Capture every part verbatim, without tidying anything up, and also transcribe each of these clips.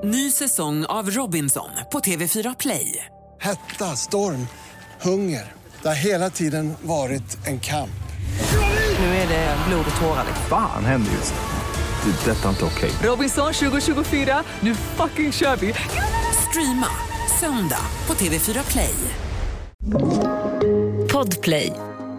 Ny säsong av Robinson på T V fyra Play. Hetta, storm, hunger. Det har hela tiden varit en kamp. Nu är det blod och tårar. Fan händer just det. Det är detta inte okej. Robinson tjugo tjugofyra, nu fucking kör vi. Streama söndag på T V fyra Play. Podplay.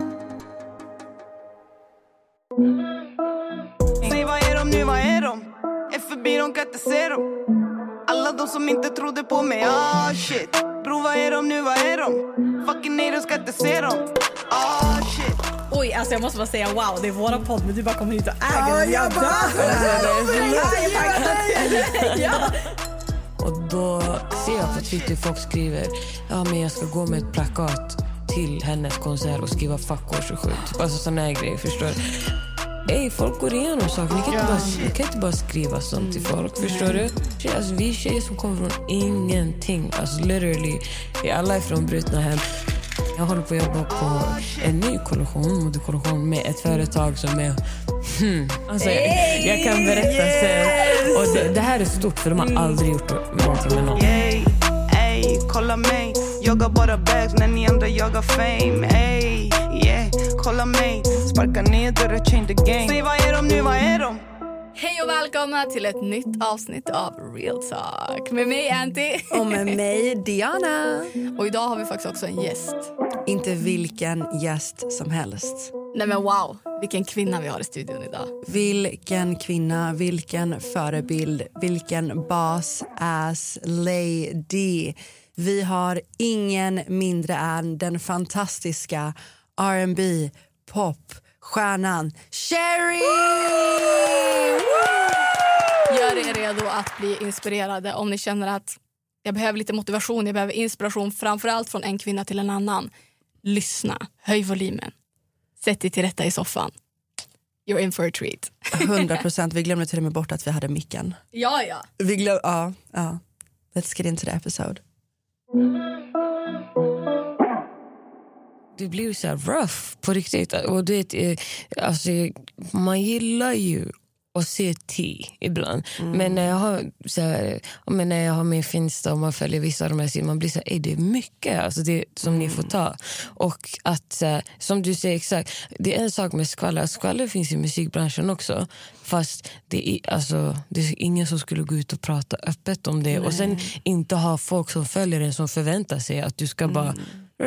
Säg vad är de nu, vad är de? Är förbi, de kan inte se dem. Alla de som inte trodde på mig, ah shit. Bro, vad är de nu, vad är de? Fucking nej, de ska inte se dem. Ah shit. Oj, alltså jag måste bara säga wow, det är våra podd, men du bara kommer hit och äger den. Jag bara, ja. och då ser jag på Twitter folk skriver, ja men jag ska gå med ett plakat till hennes konsert och skriva fuck år tjugosju. Alltså sådana här grejer, förstår du? Ey, folk går igenom saker. Ni kan, inte bara, ni kan inte bara skriva sånt till folk, förstår du? Alltså, vi är tjejer som kommer från ingenting. Alltså literally, vi alla är från brutna hem. Jag håller på att jobba på en ny kollektion, modekollektion med ett företag som är... Hmm, alltså, jag, jag kan berätta sen. Och det, det här är stort för de har aldrig gjort någonting med någon. Ey, ey, kolla mig. Jag har bara bags när ni andra jagar fame. Ey, yeah, kolla mig. Sparka ner dörrar, change the game. Säg vad är de nu, vad är de? Hej och välkomna till ett nytt avsnitt av Real Talk. Med mig Anty. Och med mig Diana. Och idag har vi faktiskt också en gäst. Inte vilken gäst som helst. Nej men wow, vilken kvinna vi har i studion idag. Vilken kvinna, vilken förebild, vilken boss-ass lady. Vi har ingen mindre än den fantastiska R and B pop-stjärnan Cherry! Gör er redo att bli inspirerade om ni känner att jag behöver lite motivation, jag behöver inspiration, framförallt från en kvinna till en annan. Lyssna, höj volymen. Sätt dig till rätta i soffan. You're in for a treat. hundra procent, vi glömde till och med bort att vi hade micken. Ja, ja. Vi glömde, ja, ja. Let's get into the episode. Det blir så här rough på riktigt. Och det, alltså, man gillar ju att se T ibland. Mm. Men när jag har så här, men när jag har min Finsta och man följer vissa av de här sidorna, man blir så här, det är mycket alltså, det som mm. ni får ta. Och att, som du säger exakt, det är en sak med skvaller. Skvaller finns i musikbranschen också. Fast det är, alltså, det är ingen som skulle gå ut och prata öppet om det. Nej. Och sen inte ha folk som följer en som förväntar sig att du ska bara...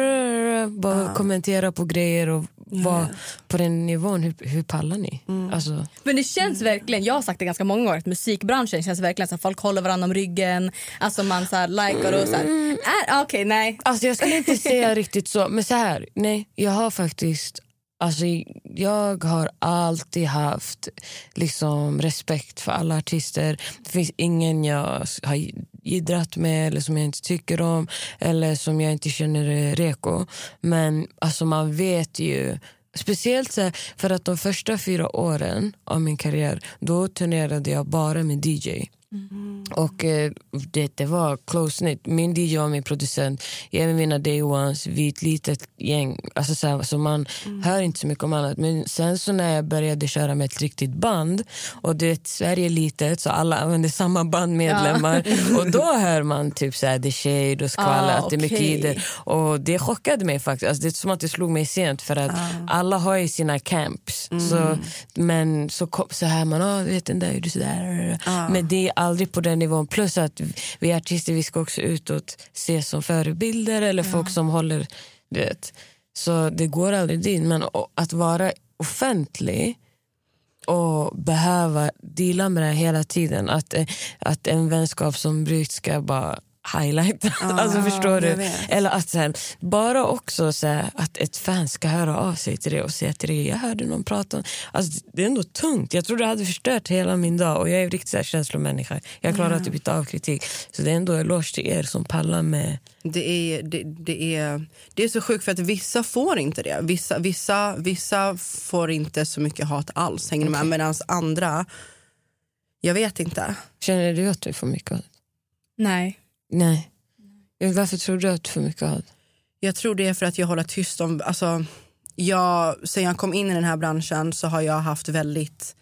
Mm. bara ah. kommentera på grejer och vara yeah. på den nivån. Hur, hur pallar ni? Mm. Alltså. Men det känns verkligen, jag har sagt det ganska många år, att musikbranschen känns verkligen så att folk håller varandra om ryggen, alltså man så här likar och så här. Mm. Okej, okay, nej. Alltså jag skulle inte säga riktigt så, men så här, nej, jag har faktiskt, alltså jag har alltid haft liksom respekt för alla artister. Det finns ingen jag har idrat med eller som jag inte tycker om eller som jag inte känner reko. Men alltså man vet ju, speciellt så här, för att de första fyra åren av min karriär, då turnerade jag bara med D J. Mm. Och eh, det, det var close knit. Min D J var min producent. Jag är med mina day ones. Vi är ett litet gäng, alltså så, här, så man mm. hör inte så mycket om annat. Men sen så när jag började köra med ett riktigt band, och det är Sverige är litet så alla använder samma bandmedlemmar, ja. Och då hör man typ så här, The Shade och skvaller, ah, att det är mycket i det. Och det chockade mig faktiskt, alltså, det är som att det slog mig sent. För att ah. alla har ju sina camps, mm. så, men så, så här man, ah, vet den där, du så där. Ah. Men det är aldrig på den nivån. Plus att vi artister, vi ska också utåt ses som förebilder eller ja. folk som håller, du vet. Så det går aldrig dit. Men att vara offentlig och behöva dela med det hela tiden. Att, att en vänskap som bryts ska bara highlight. Ah, alltså förstår du? Eller att så här, bara också så här, att ett fan ska höra av sig till det och säga till det, jag hörde någon prata om. Alltså det är ändå tungt. Jag tror det hade förstört hela min dag, och jag är riktigt så här känslomänniska. Jag klarar mm. att byta av kritik. Så det är ändå eloge till er som pallar med. Det är, det, det är, det är så sjukt för att vissa får inte det. Vissa, vissa, vissa får inte så mycket hat alls, hänger okay. med, medan andra, jag vet inte. Känner du att du får mycket hat? Nej. Nej. Varför tror du att du får mycket hat? Jag tror det är för att jag håller tyst om, alltså, jag, sen jag kom in i den här branschen så har jag haft väldigt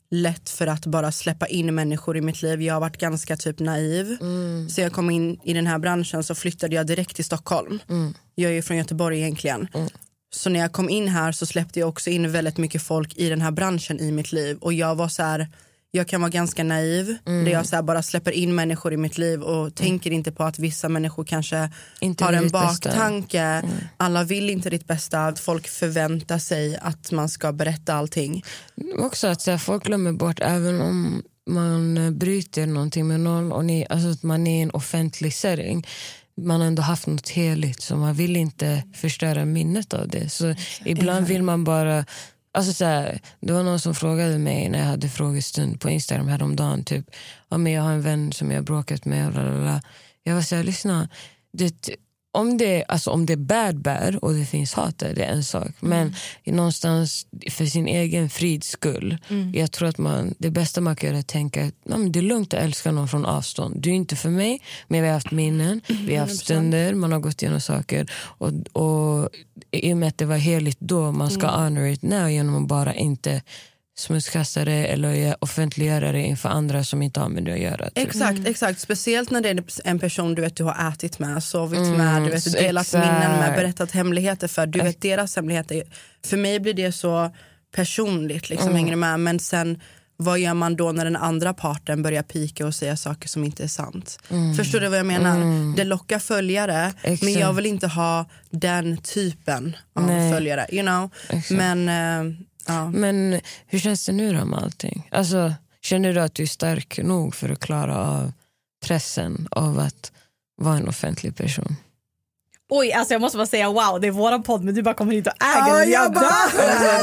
lätt för att bara släppa in människor i mitt liv. Jag har varit ganska typ naiv. Mm. Så jag kom in i den här branschen så flyttade jag direkt till Stockholm. Mm. Jag är ju från Göteborg egentligen. Mm. Så när jag kom in här så släppte jag också in väldigt mycket folk i den här branschen i mitt liv. Och jag var så här, jag kan vara ganska naiv. Mm. Där jag så här bara släpper in människor i mitt liv och mm. tänker inte på att vissa människor kanske inte har en baktanke. Mm. Alla vill inte ditt bästa. Att folk förväntar sig att man ska berätta allting. Också att så här, folk glömmer bort, även om man bryter någonting med någon och ni, alltså att man är en offentlig setting, man har ändå haft något heligt, så man vill inte förstöra minnet av det. Så ibland vill man bara, alltså så här, det var någon som frågade mig när jag hade frågestund på Instagram häromdagen typ, ja men jag har en vän som jag har bråkat med, bla bla bla. Jag var så här, lyssna, det, om det, alltså om det är bad bad och det finns hat där, det är en sak. Men mm. någonstans för sin egen frids skull, mm. jag tror att man, det bästa man kan göra är att tänka att det är lugnt att älska någon från avstånd. Du är inte för mig, men vi har haft minnen, vi har haft stunder, man har gått igenom saker. Och, och i och med att det var heligt då, man ska mm. honor it now genom att bara inte smutskasta det eller offentliggöra det inför andra som inte har med det att göra. Typ. Exakt, mm. exakt. Speciellt när det är en person du vet du har ätit med, sovit mm, med, du vet delat exakt. minnen med, berättat hemligheter för. Du vet deras hemligheter. För mig blir det så personligt liksom, mm. hänger det med. Men sen, vad gör man då när den andra parten börjar pika och säga saker som inte är sant? Mm. Förstår du vad jag menar? Mm. Det lockar följare, exakt. Men jag vill inte ha den typen av Nej. följare, you know? Exakt. Men... Uh, Ja. Men hur känns det nu då med allting? Alltså, känner du att du är stark nog för att klara av pressen av att vara en offentlig person? Oj, alltså jag måste bara säga wow, det är våran podd, men du bara kommer hit och äger oh, den. Jag, jag dör för det här!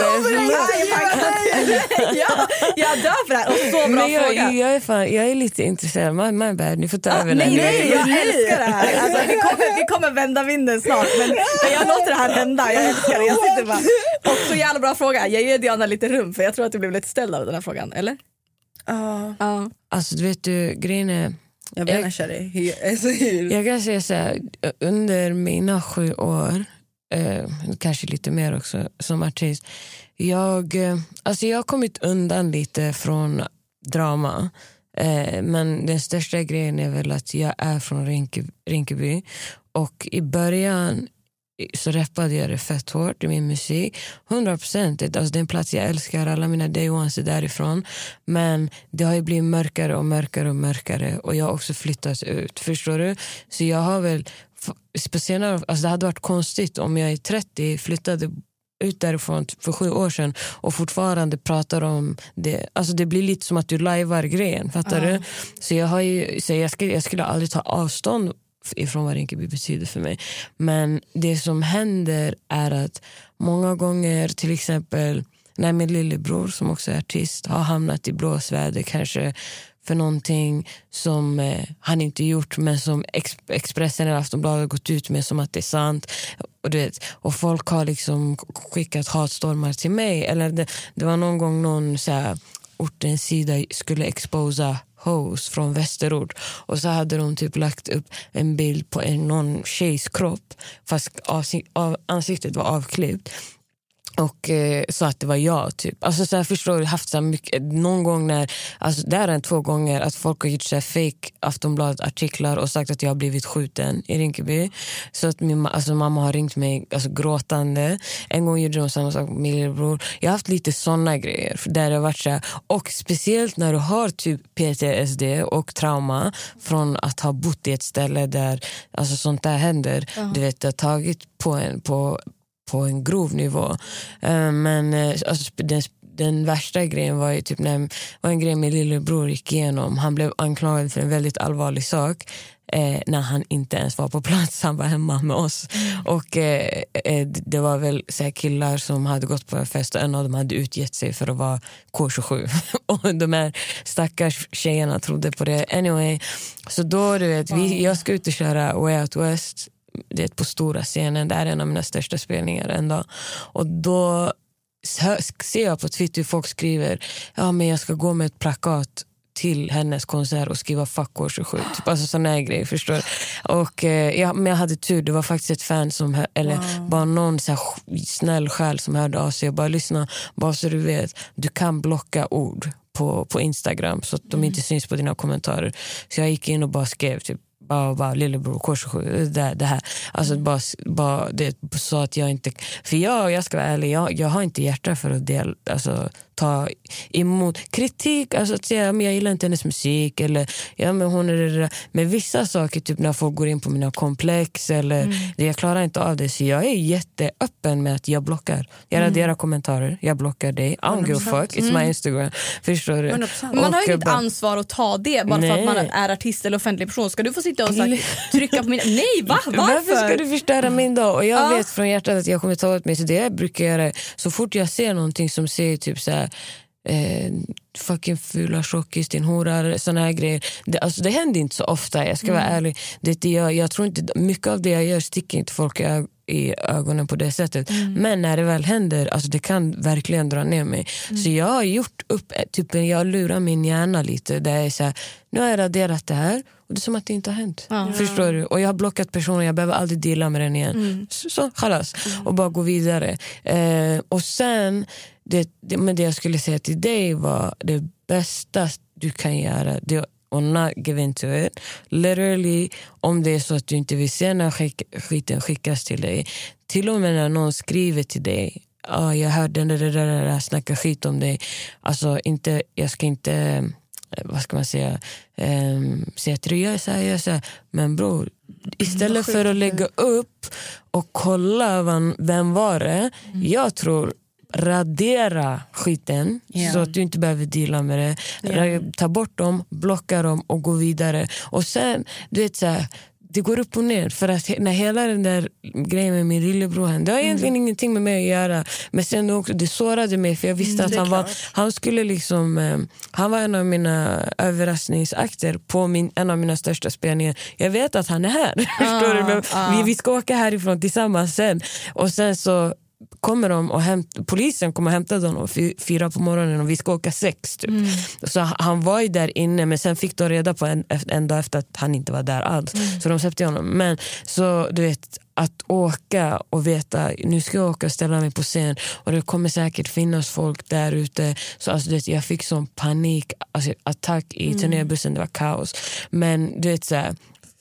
Jag dör för det här, och så bra jag, fråga. Jag är, fan, jag är lite intresserad, my, my bad, ni får ta ah, över nej, den. Nej, jag älskar det här. Alltså, vi, kommer, vi kommer vända vinden snart, men, men jag låter det här hända, jag älskar det. Jag sitter bara, och så jävla bra fråga. Jag ger Diana lite rum, för jag tror att du blev lite ställd av den här frågan, eller? Ja. Uh. Uh. Alltså du vet du, grejen är, Jag vill köra dig. Jag kan säga så här, under mina sju år, eh, kanske lite mer också som artist, jag, eh, alltså jag har kommit undan lite från drama, eh, men den största grejen är väl att jag är från Rinkeby, Rinkeby och i början så rappade jag det fett hårt i min musik, hundra procent. Alltså det är en plats jag älskar, alla mina day ones är därifrån. Men det har ju blivit mörkare och mörkare och mörkare, och jag har också flyttat ut, förstår du? Så jag har väl på senare, alltså det hade varit konstigt om jag i trettio flyttade ut därifrån för sju år sedan och fortfarande pratar om det. Alltså det blir lite som att du lajvar grejen, fattar uh. du? Så jag har ju, så jag skulle, jag skulle aldrig ta avstånd ifrån vad Rinkeby betyder för mig. Men det som händer är att många gånger, till exempel när min lillebror som också är artist har hamnat i blåsväder kanske för någonting som eh, han inte gjort, men som Ex- Expressen eller Aftonbladet har gått ut med som att det är sant, och, du vet, och folk har liksom skickat hatstormar till mig, eller det, det var någon gång någon så här, ortens sida skulle exposa hoes från Västerort, och så hade de typ lagt upp en bild på en, någon tjejs kropp fast avsikt, av, ansiktet var avklippt, och eh, så att det var jag typ. Alltså så här, förstår du, haft så mycket någon gång när, alltså där är två gånger att folk har gjort så här fake Aftonbladet artiklar och sagt att jag har blivit skjuten i Rinkeby. Så att min alltså, mamma har ringt mig alltså gråtande. En gång gjorde de samma sak med min lillebror. Jag har haft lite såna grejer där det har varit så här, och speciellt när du har typ P T S D och trauma från att ha bott i ett ställe där alltså sånt där händer. Uh-huh. Du vet, det har tagit på en på på en grov nivå. Uh, men uh, alltså, den, den värsta grejen var ju typ när var en grej min lillebror gick igenom. Han blev anklagad för en väldigt allvarlig sak eh, när han inte ens var på plats. Han var hemma med oss. Mm. Och eh, det var väl så här killar som hade gått på en fest och en av dem hade utgett sig för att vara K tjugosju. Och de här stackars tjejerna trodde på det. Anyway, så då du vet, vi, jag ska ut och köra Way Out West, det är på stora scenen, det är en av mina största spelningar ändå. Och då ser jag på Twitter hur folk skriver, ja men jag ska gå med ett plakat till hennes konsert och skriva fuck K tjugosju, typ, alltså sådana här grejer, förstår. Och eh, ja, men jag hade tur, det var faktiskt ett fan som hör, eller wow. bara någon så här snäll själ som hörde av sig och bara lyssna, bara så du vet, du kan blocka ord på, på Instagram så att de mm. inte syns på dina kommentarer. Så jag gick in och bara skrev typ bara, bara lillebror, kors och det, det här. Alltså mm. bara, bara det, så att jag inte... För jag, jag ska vara ärlig, jag, jag har inte hjärta för att del, alltså, ta emot kritik. Alltså att säga, men jag gillar inte hennes musik. Eller, ja, men hon är det. Men vissa saker, typ när folk går in på mina komplex. Eller, mm. det, jag klarar inte av det. Så jag är jätteöppen med att jag blockar. Jag raderar mm. kommentarer. Jag blockar dig. I don't give a fuck. It's mm. my Instagram. Förstår du? Man har ju inte ansvar att ta det bara nej. För att man är artist eller offentlig person. Ska du få sitta och sagt, trycka på mina... Nej, va? Varför? Varför ska du förstöra min dag? Och jag ah. vet från hjärtat att jag kommer ta åt mig. Så det jag brukar göra, så fort jag ser någonting som säger typ så här, eh, fucking fula tjockis, din horar, såna här grejer. Det, alltså, det händer inte så ofta, jag ska vara mm. ärlig. Det, jag, jag tror inte, mycket av det jag gör sticker inte folk i, i ögonen på det sättet. Mm. Men när det väl händer, alltså det kan verkligen dra ner mig. Mm. Så jag har gjort upp, typ, jag lurar min hjärna lite. Där jag är så här, nu har jag raderat det här. Och det är som att det inte har hänt. Ja. Förstår du? Och jag har blockat personer, jag behöver aldrig dela med den igen. Mm. Så, så chalas. Mm. Och bara gå vidare. Eh, och sen, det, det, men det jag skulle säga till dig var det bästa du kan göra. Det och not give into it. Literally, om det är så att du inte vill se när skick, skiten skickas till dig. Till och med när någon skriver till dig. Ja, ah, jag hörde den där, där, där, där snacka skit om dig. Alltså, inte, jag ska inte... vad ska man säga, um, säga att jag är så här, jag är så här. Men bror, istället för att lägga upp och kolla vem, vem var det, mm. jag tror radera skiten yeah. så att du inte behöver deala med det. Yeah. Ta bort dem, blocka dem och gå vidare. Och sen, du vet så här, det går upp och ner. För att när hela den där grejen med min lillebror hände, det har egentligen mm. ingenting med mig att göra. Men sen också, det sårade mig. För jag visste mm, att han var, han skulle liksom, eh, han var en av mina överraskningsakter på min, en av mina största spelningar. Jag vet att han är här. Ah, Förstår du? Men ah. vi, vi ska åka härifrån tillsammans sen. Och sen så kommer de och hämt, polisen kommer och hämta dem fyra på morgonen och vi ska åka sex typ. Mm. Så han var ju där inne, men sen fick de reda på en, en dag efter att han inte var där alls. Mm. Så de släppte honom. Men så du vet, att åka och veta, nu ska jag åka och ställa mig på scen och det kommer säkert finnas folk där ute. Så alltså, du vet, jag fick sån panik, alltså, attack i mm. turnébussen, det var kaos. Men du vet så här,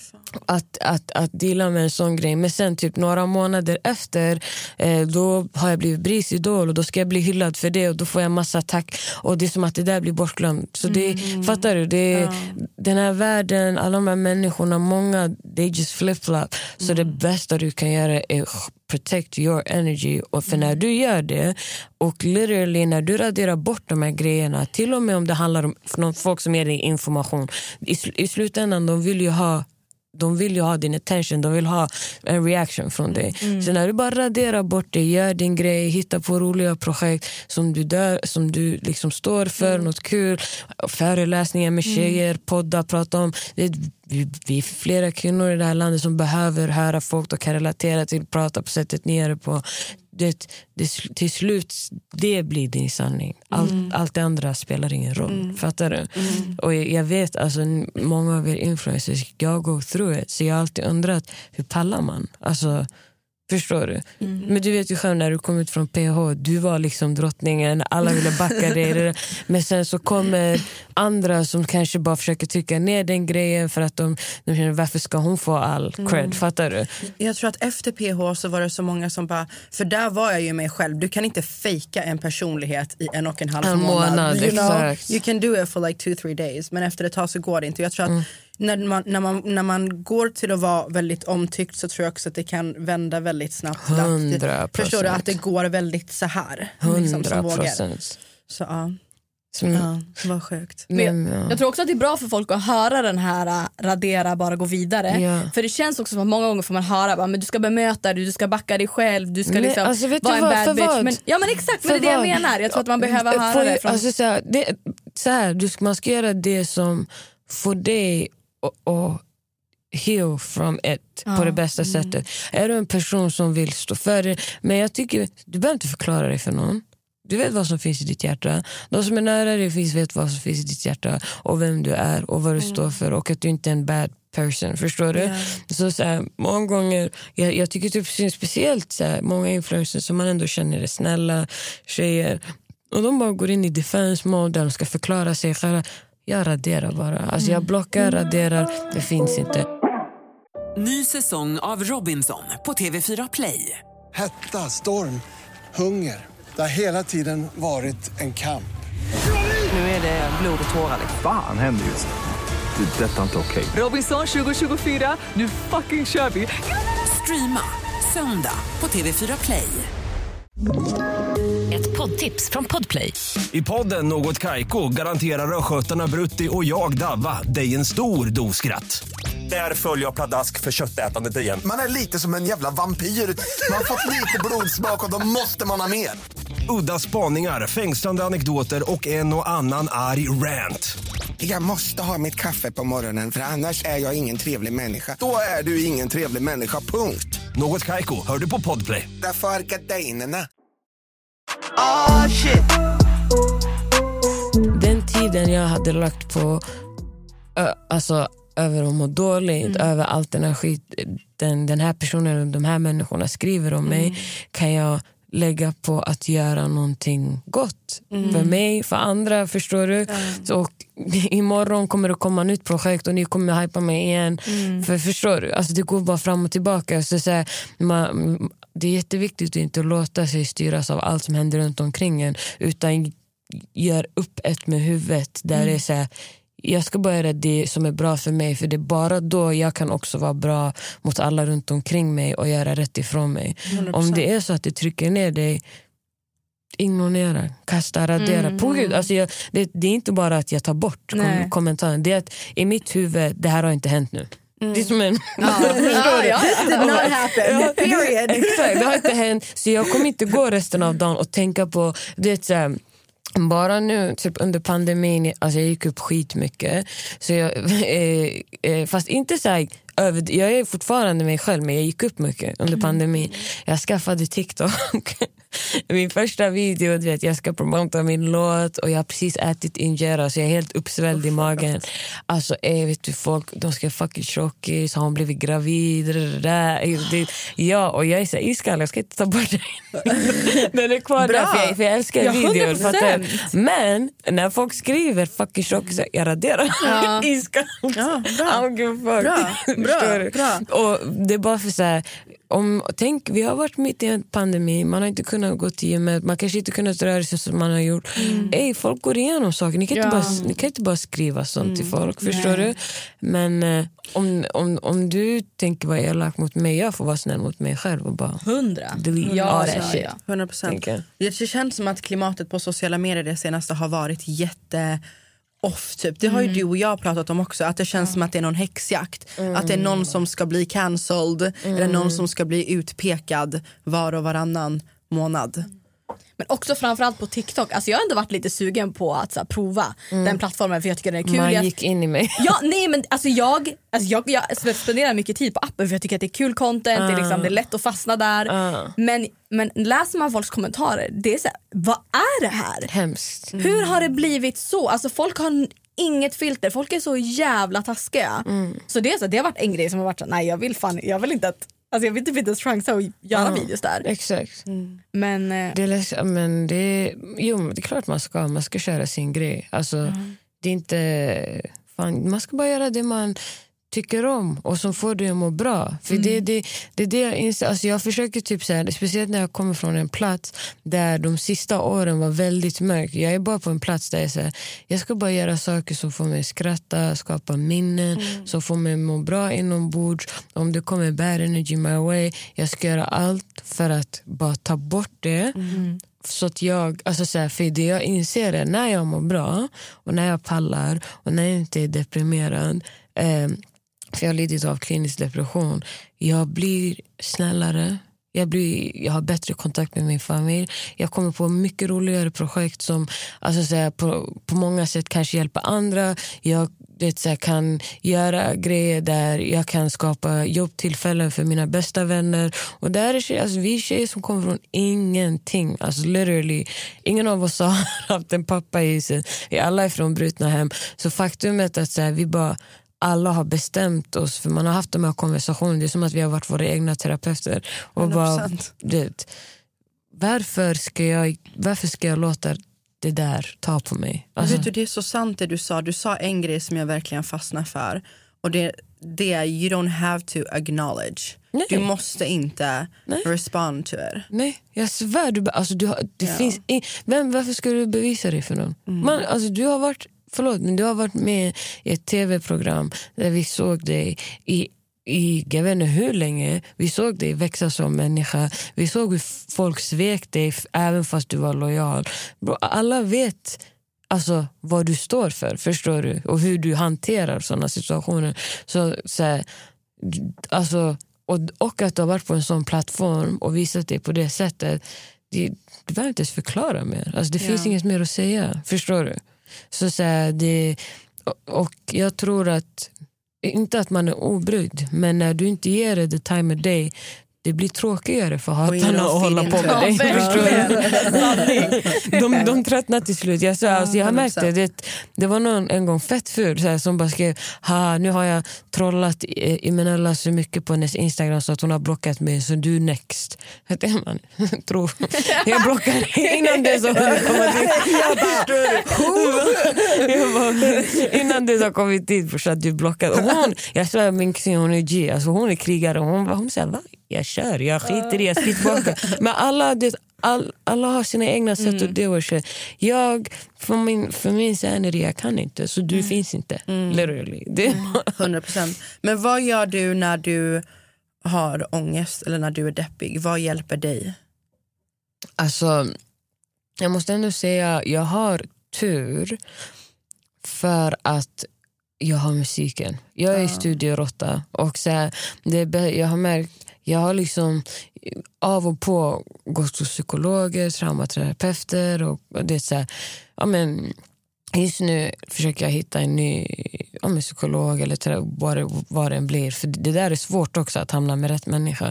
Att, att, att dela med en sån grej. Men sen typ några månader efter eh, då har jag blivit brisidol och då ska jag bli hyllad för det och då får jag massa tack och det är som att det där blir bortglömt. Så det, mm. fattar du? Det är, ja. Den här världen, alla de här människorna, många, they just flip-flop. Så mm. det bästa du kan göra är protect your energy. Och för mm. när du gör det och literally när du raderar bort de här grejerna, till och med om det handlar om någon folk som ger dig information, i, i slutändan de vill ju ha De vill ju ha din attention, de vill ha en reaction från dig. Mm. Så när du bara raderar bort det, gör din grej, hittar på roliga projekt som du, dör, som du liksom står för, mm. något kul, föreläsningar med tjejer, mm. poddar, prata om. Det, vi, vi är flera kvinnor i det här landet som behöver höra folk och kan relatera till, prata på sättet ni är på. Det, det, till slut, det blir din sanning. Allt, mm. allt det andra spelar ingen roll. Mm. Fattar du? Mm. Och jag, jag vet, alltså, många av er influencers, jag går through it. Så jag har alltid undrat, hur pallar man? Alltså, förstår du? Mm. Men du vet ju själv när du kom ut från P H, du var liksom drottningen, alla ville backa dig. Men sen så kommer andra som kanske bara försöker trycka ner den grejen för att de, de känner, varför ska hon få all cred? Mm. Fattar du? Jag tror att efter P H så var det så många som bara, för där var jag ju mig själv. Du kan inte fejka en personlighet i en och en halv en månad. månad you, know, you can do it for like two, three days. Men efter ett tag så går det inte. Jag tror att mm. När man, när, man, när man går till att vara väldigt omtyckt så tror jag också att det kan vända väldigt snabbt. hundra procent. Förstår du att det går väldigt så här? hundra procent. Så ja. Som, ja, vad sjukt. Men, ja. Jag tror också att det är bra för folk att höra den här uh, radera, bara gå vidare. Ja. För det känns också som att många gånger får man höra bara, men du ska bemöta dig, du ska backa dig själv, du ska Nej, liksom alltså, vara en vad, bad bitch. vad? Men, ja men exakt, men det är det jag menar. Jag tror att man behöver för, höra det från... Alltså, så här, det, så här, du, man ska göra det som får dig och heal from it ja. På det bästa mm. sättet. Är du en person som vill stå för det, men jag tycker du behöver inte förklara dig för någon. Du vet vad som finns i ditt hjärta. De som är nära dig finns vet vad som finns i ditt hjärta och vem du är och vad du mm. står för och att du inte är en bad person, förstår du? Yeah. Så, så här, många gånger, jag, jag tycker typ speciellt så här, många influencers som man ändå känner är snälla tjejer. Och de bara går in i defense mode där de ska förklara sig själva. Jag raderar bara. Alltså jag blockar, raderar. Det finns inte. Ny säsong av Robinson på T V fyra Play. Hetta, storm, hunger. Det har hela tiden varit en kamp. Nu är det blod och tårar. Fan händer just det. Det är detta inte okej. Robinson tjugo tjugofyra, nu fucking kör vi! Streama söndag på T V fyra Play. Ett poddtips från Podplay. I podden Något Kaiko garanterar röskötarna Brutti och jag Davva dig en stor doskratt. Där följer jag pladask för köttätandet igen. Man är lite som en jävla vampyr. Man har fått lite blodsmak och då måste man ha mer. Udda spaningar, fängslande anekdoter och en och annan arg rant. Jag måste ha mitt kaffe på morgonen för annars är jag ingen trevlig människa. Då är du ingen trevlig människa, punkt. Något Kaiko, hör du på Podplay. Därför är gardinerna. Oh shit. Den tiden jag hade lagt på ö, alltså över att må dåligt, mm. över allt den här skit den, den här personen, de här människorna skriver om mig, mm. kan jag lägga på att göra någonting gott mm. för mig, för andra, förstår du? Mm. Så, och imorgon kommer det komma ett nytt projekt och ni kommer hypa mig igen. Mm. För förstår du? Alltså det går bara fram och tillbaka. Så, så här, man, det är jätteviktigt att inte låta sig styras av allt som händer runt omkring en, utan gör upp ett med huvudet där mm. det är så här, jag ska bara göra det som är bra för mig, för det är bara då jag kan också vara bra mot alla runt omkring mig och göra rätt ifrån mig. hundra procent. Om det är så att det trycker ner dig, ignorera, kasta, radera. Mm. På Gud, alltså jag, det, det är inte bara att jag tar bort kom- kommentaren. Det är att i mitt huvud, det här har inte hänt nu. Mm. Det är som en... Ja. ja, ja. This did not happen. Period. Exakt, det har inte hänt. Så jag kommer inte gå resten av dagen och tänka på det så här, bara nu typ under pandemin, alltså jag gick upp skitmycket. Så jag, eh, eh, fast inte så här, över, jag är fortfarande mig själv, men jag gick upp mycket under pandemin. Jag skaffade TikTok. Min första video, du vet, jag ska promota min låt och jag har precis ätit injera så jag är helt uppsvälld i magen. Alltså, eh, vet du, folk, de ska fucking tjockis, har hon blivit gravid? Det, det, ja, och jag är så iskall, jag ska inte ta bort det. Den är kvar där, för jag, för jag älskar ja, videor. Men när folk skriver fucking tjockis, jag raderar. Ja. Iskall. Ja, bra. Bra. Bra. Bra. Och det är bara för så här, om, tänk, vi har varit mitt i en pandemi, man har inte kunnat gå till gymmet, man kanske inte kunnat röra sig som man har gjort. Mm. Ey, folk går igenom saker, ni kan, ja. inte, bara, ni kan inte bara skriva sånt mm. till folk, förstår Nej. du? Men eh, om, om, om du tänker vara elak mot mig, jag får vara snäll mot mig själv och bara hundra. Ja, ja, ja. hundra procent. Det känns som att klimatet på sociala medier det senaste har varit jätte off typ. Det har ju mm. du och jag pratat om också, att det känns mm. som att det är någon häxjakt. Mm. Att det är någon som ska bli cancelled mm. eller någon som ska bli utpekad var och varannan månad. Men också framförallt på TikTok. Alltså jag har ändå varit lite sugen på att så här, prova mm. den plattformen, för jag tycker den är kul. Man gick in i mig. Ja, nej men alltså jag, alltså jag, jag spenderar mycket tid på appen för jag tycker att det är kul content, uh. det, är liksom, det är lätt att fastna där. Uh. Men, men läser man folks kommentarer, det är så här, vad är det här? Hemskt. Mm. Hur har det blivit så? Alltså folk har inget filter, folk är så jävla taskiga. Mm. Så det är så, det har varit en grej som har varit så, nej jag vill fan, jag vill inte att Alltså jag vill inte ens chansa att göra ja, videos där. Exakt. Mm. Men, eh. det är läs- men det, jo, det är klart man ska. Man ska köra sin grej. Alltså, mm. det är inte... Fan, man ska bara göra det man tycker om och som får dig att må bra. För mm. det, det, det är det jag inser. Alltså jag försöker typ så här, speciellt när jag kommer från en plats där de sista åren var väldigt mörk. Jag är bara på en plats där jag säger jag ska bara göra saker som får mig skratta, skapa minnen, mm. som får mig må bra inombords. Om det kommer bad energy my way, jag ska göra allt för att bara ta bort det. Mm. Så att jag, alltså så här, för det jag inser är när jag mår bra och när jag pallar och när jag inte är deprimerad, eh, för jag har lidit av klinisk depression, jag blir snällare, jag, blir, jag har bättre kontakt med min familj, jag kommer på mycket roligare projekt som alltså så här, på, på många sätt kanske hjälper andra. Jag det, så här, kan göra grejer där jag kan skapa jobbtillfällen för mina bästa vänner. Och där är tjejer, alltså, vi är tjejer som kommer från ingenting, alltså literally ingen av oss har haft en pappa i sig, vi alla är från brutna hem. Så faktumet att så här, vi bara alla har bestämt oss, för man har haft de här konversationerna, det är som att vi har varit våra egna terapeuter och bara, det, varför ska jag varför ska jag låta det där tar på mig. Alltså. Vet du, det är så sant det du sa. Du sa en grej som jag verkligen fastnar för. Och det, det är you don't have to acknowledge. Nej. Du måste inte Nej. respond to it. Nej, jag svär. Du, alltså, du har, det ja. finns in, vem, varför ska du bevisa det för någon? Mm. Man, alltså, du har varit, förlåt, men du har varit med i ett tv-program där vi såg dig i I, jag vet inte hur länge. Vi såg dig växa som människa. Vi såg hur folk svek dig även fast du var lojal. Bro, alla vet alltså vad du står för, förstår du? Och hur du hanterar sådana situationer. Så, så här, alltså, och, och att du har varit på en sån plattform och visat dig på det sättet, det, du behöver inte ens förklara mer. Alltså, det ja. finns inget mer att säga, förstår du? Så, så här, det, och, och jag tror att inte att man är obrydd, men när du inte ger det the time of day, det blir tråkigare för hatarna att hålla på med dig. de, de tröttnar till slut. Jag, så, alltså, jag har märkt det. Det, det var någon en gång fett för så här, som bara skrev, ha, nu har jag trollat Imenella så mycket på hennes Instagram så att hon har blockat mig, så du next. Det är man, tro. Jag blockade innan det så hon kommer dit. Jag bara, innan det så kommit dit för att du blockade. Och hon, jag svär min kusin, hon är G, alltså hon är krigare. Hon, hon säger, va? Jag kör, jag skiter i, jag skiter tillbaka. Men alla, det, all, alla har sina egna sätt mm. att deal with shit. Jag, för min, för min sanity, jag kan inte. Så du mm. finns inte, mm. literally. Det är hundra procent. Men vad gör du när du har ångest eller när du är deppig? Vad hjälper dig? Alltså, jag måste ändå säga, jag har tur för att jag har musiken. Jag är i studierotta och så här, det, jag har märkt, jag har liksom av och på gått till psykologer, traumaterapeuter och det är så här, ja men just nu försöker jag hitta en ny ja, men psykolog eller vad det, vad det blir. För det där är svårt också att hamna med rätt människa.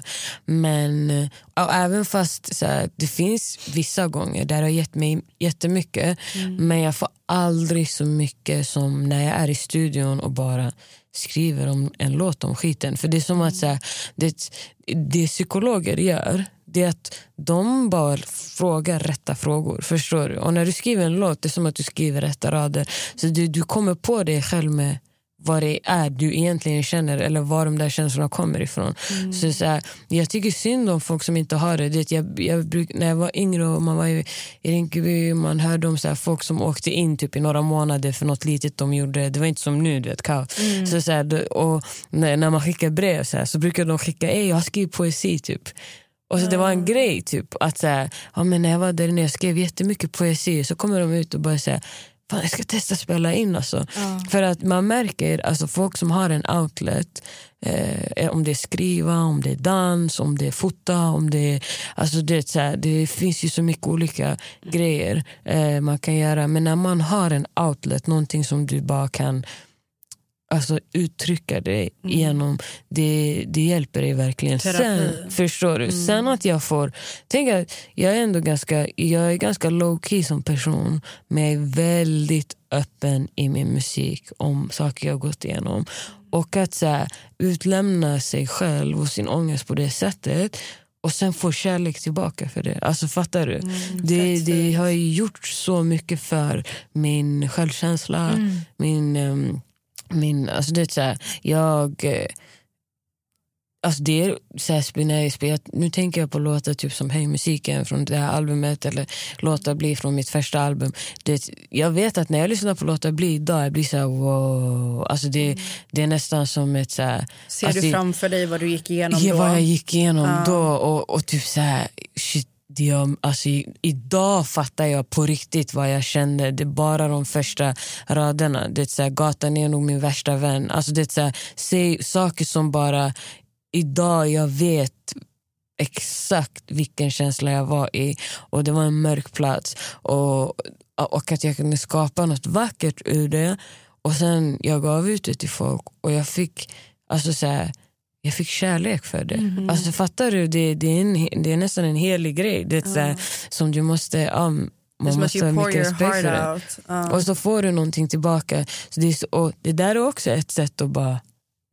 Men ja, även fast så här, det finns vissa gånger där det har gett mig jättemycket. Mm. Men jag får aldrig så mycket som när jag är i studion och bara skriver om en låt om skiten. För det är som att så här, det, det psykologer gör, det är att de bara frågar rätta frågor, förstår du? Och när du skriver en låt, det är som att du skriver rätta rader. Så du, du kommer på dig själv med vad det är du egentligen känner eller var de där känslorna kommer ifrån. Mm. Så, så här, jag tycker synd om folk som inte har det. det jag, jag bruk, när jag var yngre och man var i, i Rinkeby, man hörde om så här, folk som åkte in typ i några månader för något litet de gjorde. Det var inte som nu, du vet, kaos. Mm. Så, så här, och när, när man skickar brev så, här, så brukar de skicka, ej jag har skrivit poesi typ. Och så det var en grej typ att så här, ja, men när jag var där inne jag skrev jättemycket poesi, så kommer de ut och bara säga, fan jag ska testa spela in alltså. Ja. För att man märker alltså folk som har en outlet, eh, om det är skriva, om det är dans, om det är fota, om det är, alltså det är så här, det finns ju så mycket olika grejer eh, man kan göra, men när man har en outlet, någonting som du bara kan alltså uttrycka det mm. genom, det, det hjälper dig verkligen. Sen, förstår du, mm. sen att jag får, tänk att jag är ändå ganska, jag är ganska low key som person, men jag är väldigt öppen i min musik om saker jag har gått igenom. Och att så här, utlämna sig själv och sin ångest på det sättet och sen få kärlek tillbaka för det. Alltså fattar du? Mm, det, det har ju gjort så mycket för min självkänsla, mm. min um, Min, alltså det är så här, jag alltså det är så här, när jag spelar, nu tänker jag på låtar typ som Hej musiken från det här albumet eller Låta bli från mitt första album. Det, jag vet att när jag lyssnar på Låta bli idag, jag blir så här, wow, alltså det, mm. det är nästan som ett så här, ser alltså du framför dig vad du gick igenom ja, då? Vad jag gick igenom ah. då och, och typ så här, shit. Jag, alltså, idag fattar jag på riktigt vad jag kände. Det är bara de första raderna. Det är så här, gatan är nog min värsta vän. Alltså det är så här, säg saker som bara idag jag vet exakt vilken känsla jag var i. Och det var en mörk plats. Och, och att jag kunde skapa något vackert ur det. Och sen jag gav ut det till folk. Och jag fick, alltså så här, jag fick kärlek för det. Mm. Alltså fattar du, det, det, är en, det är nästan en helig grej. Det är uh. så här, som du måste, um, man måste ha mycket respekt för det. Uh. Och så får du någonting tillbaka. Så det, är så, och det där är också ett sätt att bara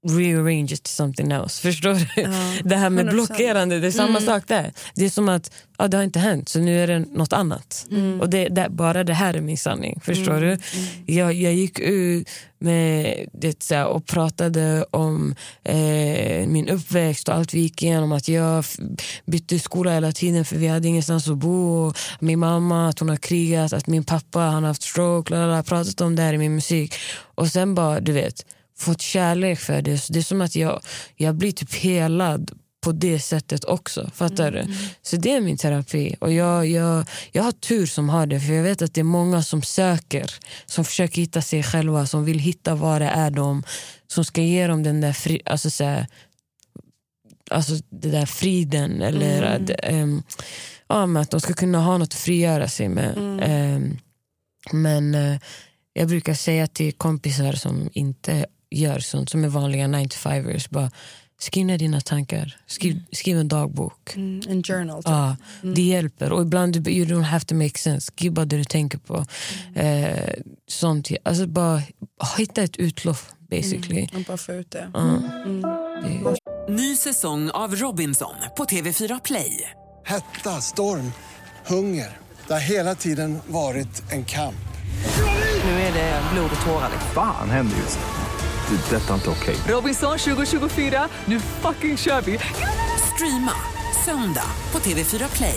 rearrange it to something else. Förstår du? Ja, det här med blockerande, det är samma mm. sak där. Det är som att ja, det har inte hänt, så nu är det något annat. Mm. Och det, det, bara det här är min sanning. Förstår mm. du? Mm. Jag, jag gick ut med det så här, och pratade om eh, min uppväxt och allt vi gick igenom. Att jag bytte skola hela tiden för vi hade ingenstans att bo. Och min mamma, att hon har krigat. Att min pappa, han har haft stroke. Jag har pratat om det här i min musik. Och sen bara, du vet, fått kärlek för det. Så det är som att jag, jag blir typ helad på det sättet också, fattar mm. du? Så det är min terapi. Och jag, jag, jag har tur som har det, för jag vet att det är många som söker, som försöker hitta sig själva, som vill hitta vad det är de, som ska ge dem den där fri, alltså så här, alltså det där friden eller mm. att, um, ja, men att de ska kunna ha något att frigöra sig med. Mm. Um, men uh, jag brukar säga till kompisar som inte gör sånt, som är vanliga nine to fivers, bara skriv ner dina tankar. Skriv, mm. skriv en dagbok. Mm, en journal. Ja, mm. det hjälper. Och ibland, you don't have to make sense. Skriv bara det du tänker på. Mm. Eh, sånt. Alltså bara hitta ett utlopp, basically. Mm. Bara få ut det. Mm. Mm. det. Ny säsong av Robinson på T V fyra Play. Hetta, storm, hunger. Det har hela tiden varit en kamp. Nu är det blod och tårar. Fan händer just det. Det är detta inte okej. Okay. Robinson tjugo tjugofyra, nu fucking kör vi. Streama söndag på T V fyra Play.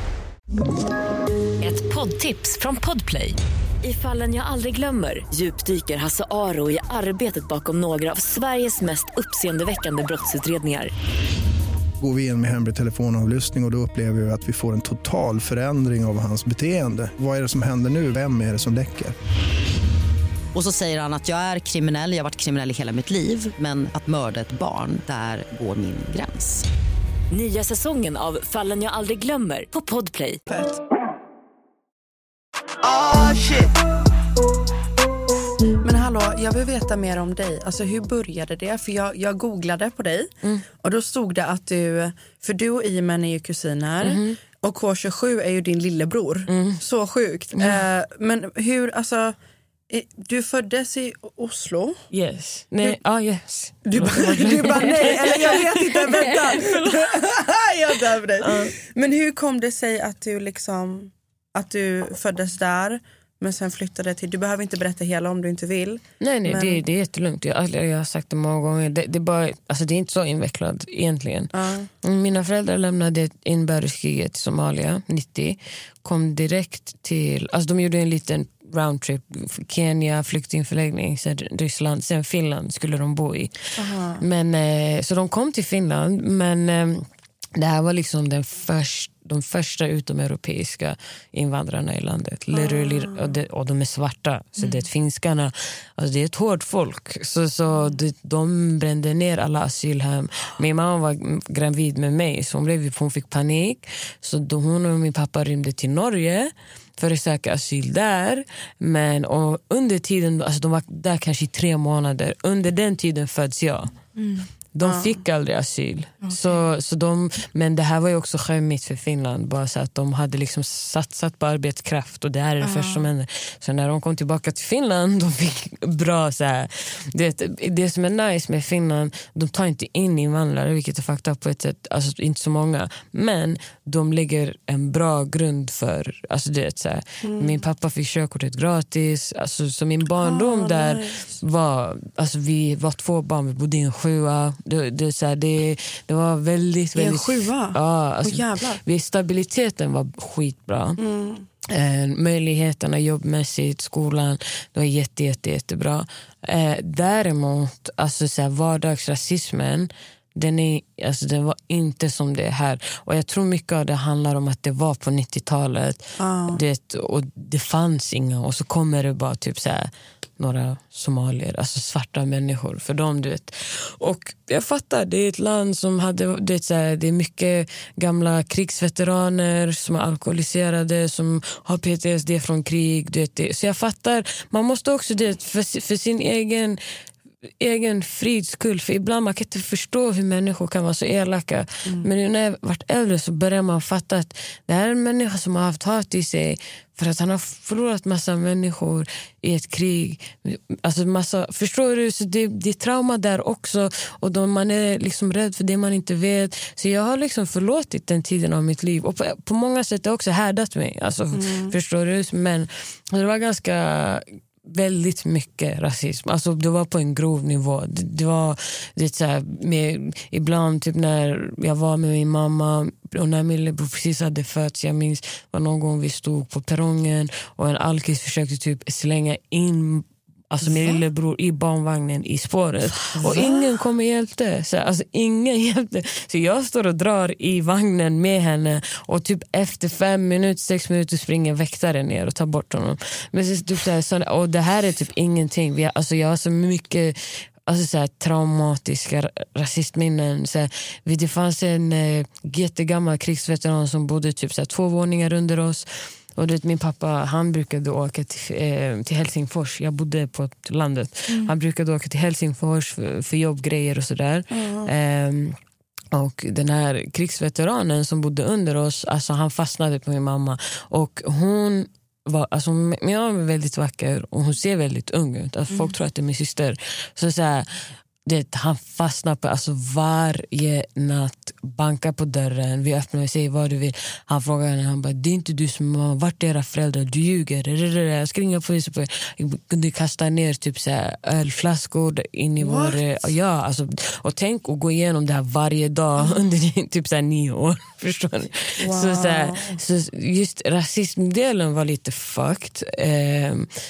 Ett poddtips från Podplay. I Fallen jag aldrig glömmer djupdyker Hasse Aro i arbetet bakom några av Sveriges mest uppseendeväckande brottsutredningar. Går vi in med hemlig telefonavlyssning och, och då upplever vi att vi får en total förändring av hans beteende. Vad är det som händer nu? Vem är det som läcker? Och så säger han att jag är kriminell, jag har varit kriminell i hela mitt liv. Men att mörda ett barn, där går min gräns. Nya säsongen av Fallen jag aldrig glömmer på Podplay. Oh, shit. Men hallå, jag vill veta mer om dig. Alltså hur började det? För jag, jag googlade på dig. Mm. Och då stod det att du, för du och Iman är ju kusiner. Mm. Och K tjugosju är ju din lillebror. Mm. Så sjukt. Mm. Eh, men hur, alltså... Du föddes i Oslo? Yes. Nej, ja, ah, yes. Du bara, du bara nej, eller jag vet inte, vänta. Jag dör för dig. Uh. Men hur kom det sig att du liksom, att du föddes där, men sen flyttade till, du behöver inte berätta hela om du inte vill. Nej, nej, men... det, det är jättelugnt. Jag, jag har sagt det många gånger. Det, det, är bara, alltså det är inte så invecklat egentligen. Uh. Mina föräldrar lämnade inbördeskriget i Somalia nittio. Kom direkt till, alltså de gjorde en liten roundtrip, Kenya, flyktingförläggning, sen Ryssland, sen Finland skulle de bo i. Aha. Men eh, så de kom till Finland, men eh, det här var liksom den första de första utomeuropeiska invandrarna i landet. Literally, och, de, och de är svarta. Så mm. det är finskarna. Alltså det är ett hårt folk. Så, så det, de brände ner alla asylhem. Min mamma var gravid med mig. Så hon, blev, hon fick panik. Så då hon och min pappa rymde till Norge för att söka asyl där. Men och under tiden, alltså de var där kanske i tre månader. Under den tiden föds jag. Mm. De ja. fick aldrig asyl. Okay. Så, så de, men det här var ju också skämmigt för Finland. Bara så att de hade liksom satsat på arbetskraft. Och det här är det uh. första som hände. Så när de kom tillbaka till Finland, de fick bra så här. Det, det som är nice med Finland, de tar inte in invandrare, vilket är fakta på ett sätt. Alltså inte så många. Men de lägger en bra grund för, alltså det så här. Mm. Min pappa fick körkortet gratis. Alltså så min barndom oh, där nice. var, alltså vi var två barn, vi bodde i en sjua. Det, det, så här, det, det var väldigt, väldigt... En sjua? Ja, alltså, oh, jävlar. Vi, stabiliteten var skitbra. Mm. Eh, möjligheterna jobbmässigt, skolan, det var jätte, jätte, jättebra. Eh, däremot, alltså så här, vardagsrasismen, den, är, alltså, den var inte som det är här. Och jag tror mycket av det handlar om att det var på nittiotalet. Ah. Det, och det fanns inga. Och så kommer det bara typ så här, några somalier, alltså svarta människor för dem, du vet. Och jag fattar, det är ett land som hade, det så här, det är mycket gamla krigsveteraner som är alkoholiserade, som har P T S D från krig, du vet det. Så jag fattar, man måste också det för, för sin egen egen frids skull. För ibland man kan inte förstå hur människor kan vara så elaka. Mm. Men när jag varit äldre så börjar man fatta att det här är en människa som har haft hat i sig. För att han har förlorat massa människor i ett krig. Alltså massa, förstår du? Så det, det är trauma där också. Och då man är liksom rädd för det man inte vet. Så jag har liksom förlåtit den tiden av mitt liv. Och på, på många sätt har jag också härdat mig. Alltså, mm. förstår du? Men det var ganska... väldigt mycket rasism. Alltså det var på en grov nivå. Det, det var det så här, med, ibland typ när jag var med min mamma och när min lillebror precis hade fötts, jag minns var någon gång vi stod på perrongen och en alkis försökte typ slänga in alltså min lillebror i barnvagnen i spåret. Va? Och ingen kom och hjälpte. Så, alltså ingen hjälpte. Så jag står och drar i vagnen med henne och typ efter fem minuter, sex minuter springer väktaren ner och tar bort honom. Men så, typ, så här, så, och det här är typ ingenting. Vi har, alltså, jag har så mycket alltså, så här, traumatiska rasistminnen. Så här, det fanns en eh, jättegammal krigsveteran som bodde typ så här, två våningar under oss. Och det, min pappa, han brukade åka till, eh, till Helsingfors. Jag bodde på landet. Mm. Han brukade åka till Helsingfors för, för jobbgrejer och sådär. Mm. Eh, och den här krigsveteranen som bodde under oss, alltså han fastnade på min mamma. Och hon var, alltså min mamma var väldigt vacker och hon ser väldigt ung ut. Alltså, mm. Folk tror att det är min syster. Så så här, det, han fastnar på alltså varje natt, bankar på dörren, vi öppnar och säger vad du vill. Han frågar henne, han bara, det är inte du som har varit era föräldrar, du ljuger. Jag ska ringa polisen på er. Jag kunde kasta ner typ så här ölflaskor in i vår... Ja, alltså, och tänk att gå igenom det här varje dag under typ så här nio år. Förstår ni? Wow. Så, så, här, så just rasismdelen var lite fucked. Eh,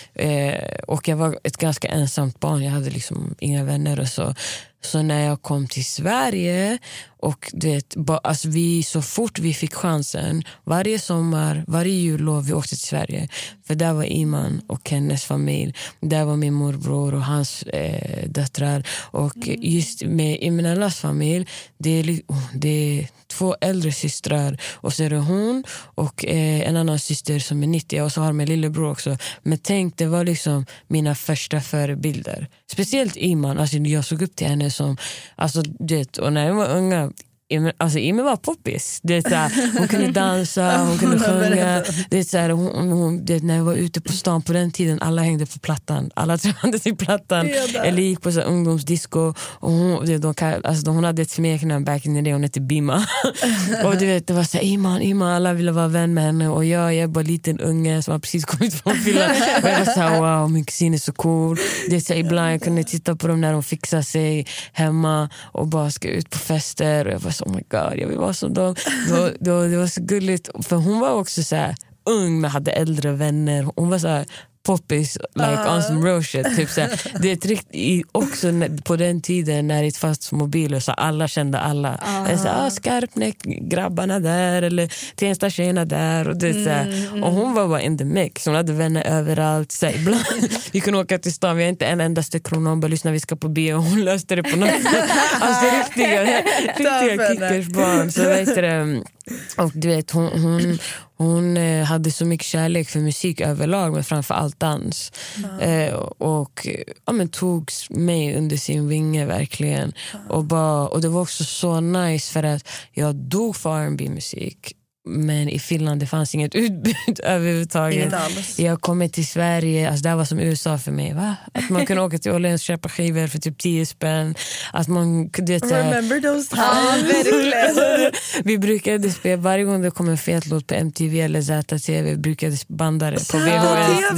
eh, och jag var ett ganska ensamt barn. Jag hade liksom inga vänner och så. Så när jag kom till Sverige och det, alltså vi, så fort vi fick chansen, varje sommar, varje jullov vi åkte till Sverige. För där var Iman och hennes familj. Där var min morbror och hans eh, döttrar. Och just med Imanellas familj, det är, det är två äldre systrar. Och så är det hon och eh, en annan syster som är nittio. Och så har min lillebror också. Men tänk, det var liksom mina första förebilder. Speciellt Iman. Alltså jag såg upp till henne som, alltså det, och när jag var unga, alltså Ime var poppis. Det är så här, hon kunde dansa, hon kunde sjunga. Det är så här, hon, hon, det, när jag var ute på stan på den tiden, alla hängde på plattan. Alla träffades i plattan. Eller gick på så här, ungdomsdisco. Och hon, det, de, alltså, hon hade ett smeknamn back in the day, hon hette Bima. Och du vet, det var så här, Iman, Iman, alla ville vara vän med henne. Och jag, jag är bara en liten unge som har precis kommit från fyllan. Och jag var så här, wow, min kusin är så cool. Det är så här, ibland jag kunde titta på dem när de fixar sig hemma och bara ska ut på fester. Och jag var så, oh my god, jag vill vara som dem. Då, då, det var så gulligt. För hon var också så här ung men hade äldre vänner. Hon var så här poppis, like uh. on some real shit. Typ så här. Det är riktigt, också på den tiden när det fanns mobiler så alla kände alla. Uh. Så, ah, Skarpnäck, grabbarna där eller Tensta tjejerna där. Och, det, så här. Mm. Och hon var bara in the mix. Hon hade vänner överallt. Så här, ibland, vi kunde åka till stan, vi har inte en endaste krona. Hon bara, lyssna, vi ska på bio. Hon löste det på något sätt. Alltså riktiga, riktiga kickersbarn. Så vet du, och du vet, hon, hon, hon eh, hade så mycket kärlek för musik överlag, men framförallt dans. Mm. Eh, och ja, men tog mig under sin vinge verkligen. Mm. Och, bara, och det var också så nice för att jag dog för R and B-musik. Men i Finland det fanns inget utbud överhuvudtaget. Jag kom till Sverige, alltså det var som U S A för mig, va? Att man kunde åka till Åhléns och köpa skivor för typ tio spänn. Att man kunde ta... Remember those times? Vi brukade spela, varje gång det kom en fet låt på M T V eller Z T V brukade banda det på V H S.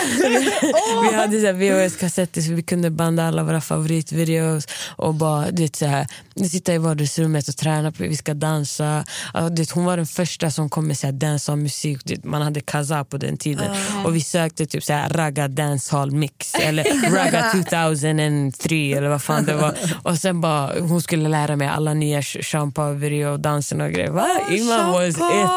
Vi hade så här V H S-kassetter så vi kunde banda alla våra favoritvideos och bara, det så här, sitta i vardagsrummet och träna på, vi ska dansa. Det, hon var den första som kom med så här dancehall musik. Man hade Kaza på den tiden. Uh. Och vi sökte typ så här ragga dancehall mix eller ragga tjugohundratre eller vad fan det var. Och sen bara hon skulle lära mig alla nya Sean Paul och dansen och grejer. Va? Oh, Iman was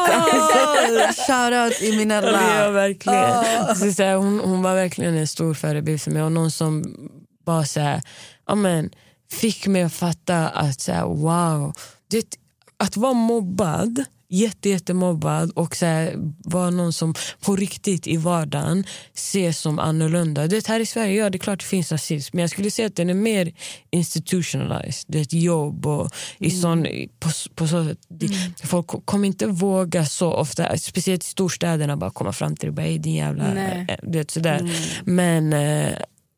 it. Shout out Imanella. Ja, verkligen. Oh. Så, så här, hon, hon var verkligen en stor förebild för mig och någon som bara så här, ja men fick mig att fatta att så här, wow, det, att vara mobbad jätte, jättemobbad och så här, var någon som på riktigt i vardagen ses som annorlunda. Det här i Sverige, ja det är klart det finns rasism, men jag skulle säga att den är mer institutionalized. Det är ett jobb och i mm. sån, på, på så sätt. Mm. Folk kommer inte våga så ofta, speciellt i storstäderna, bara komma fram till det, bara, din jävla, det sådär. Mm. Men eh,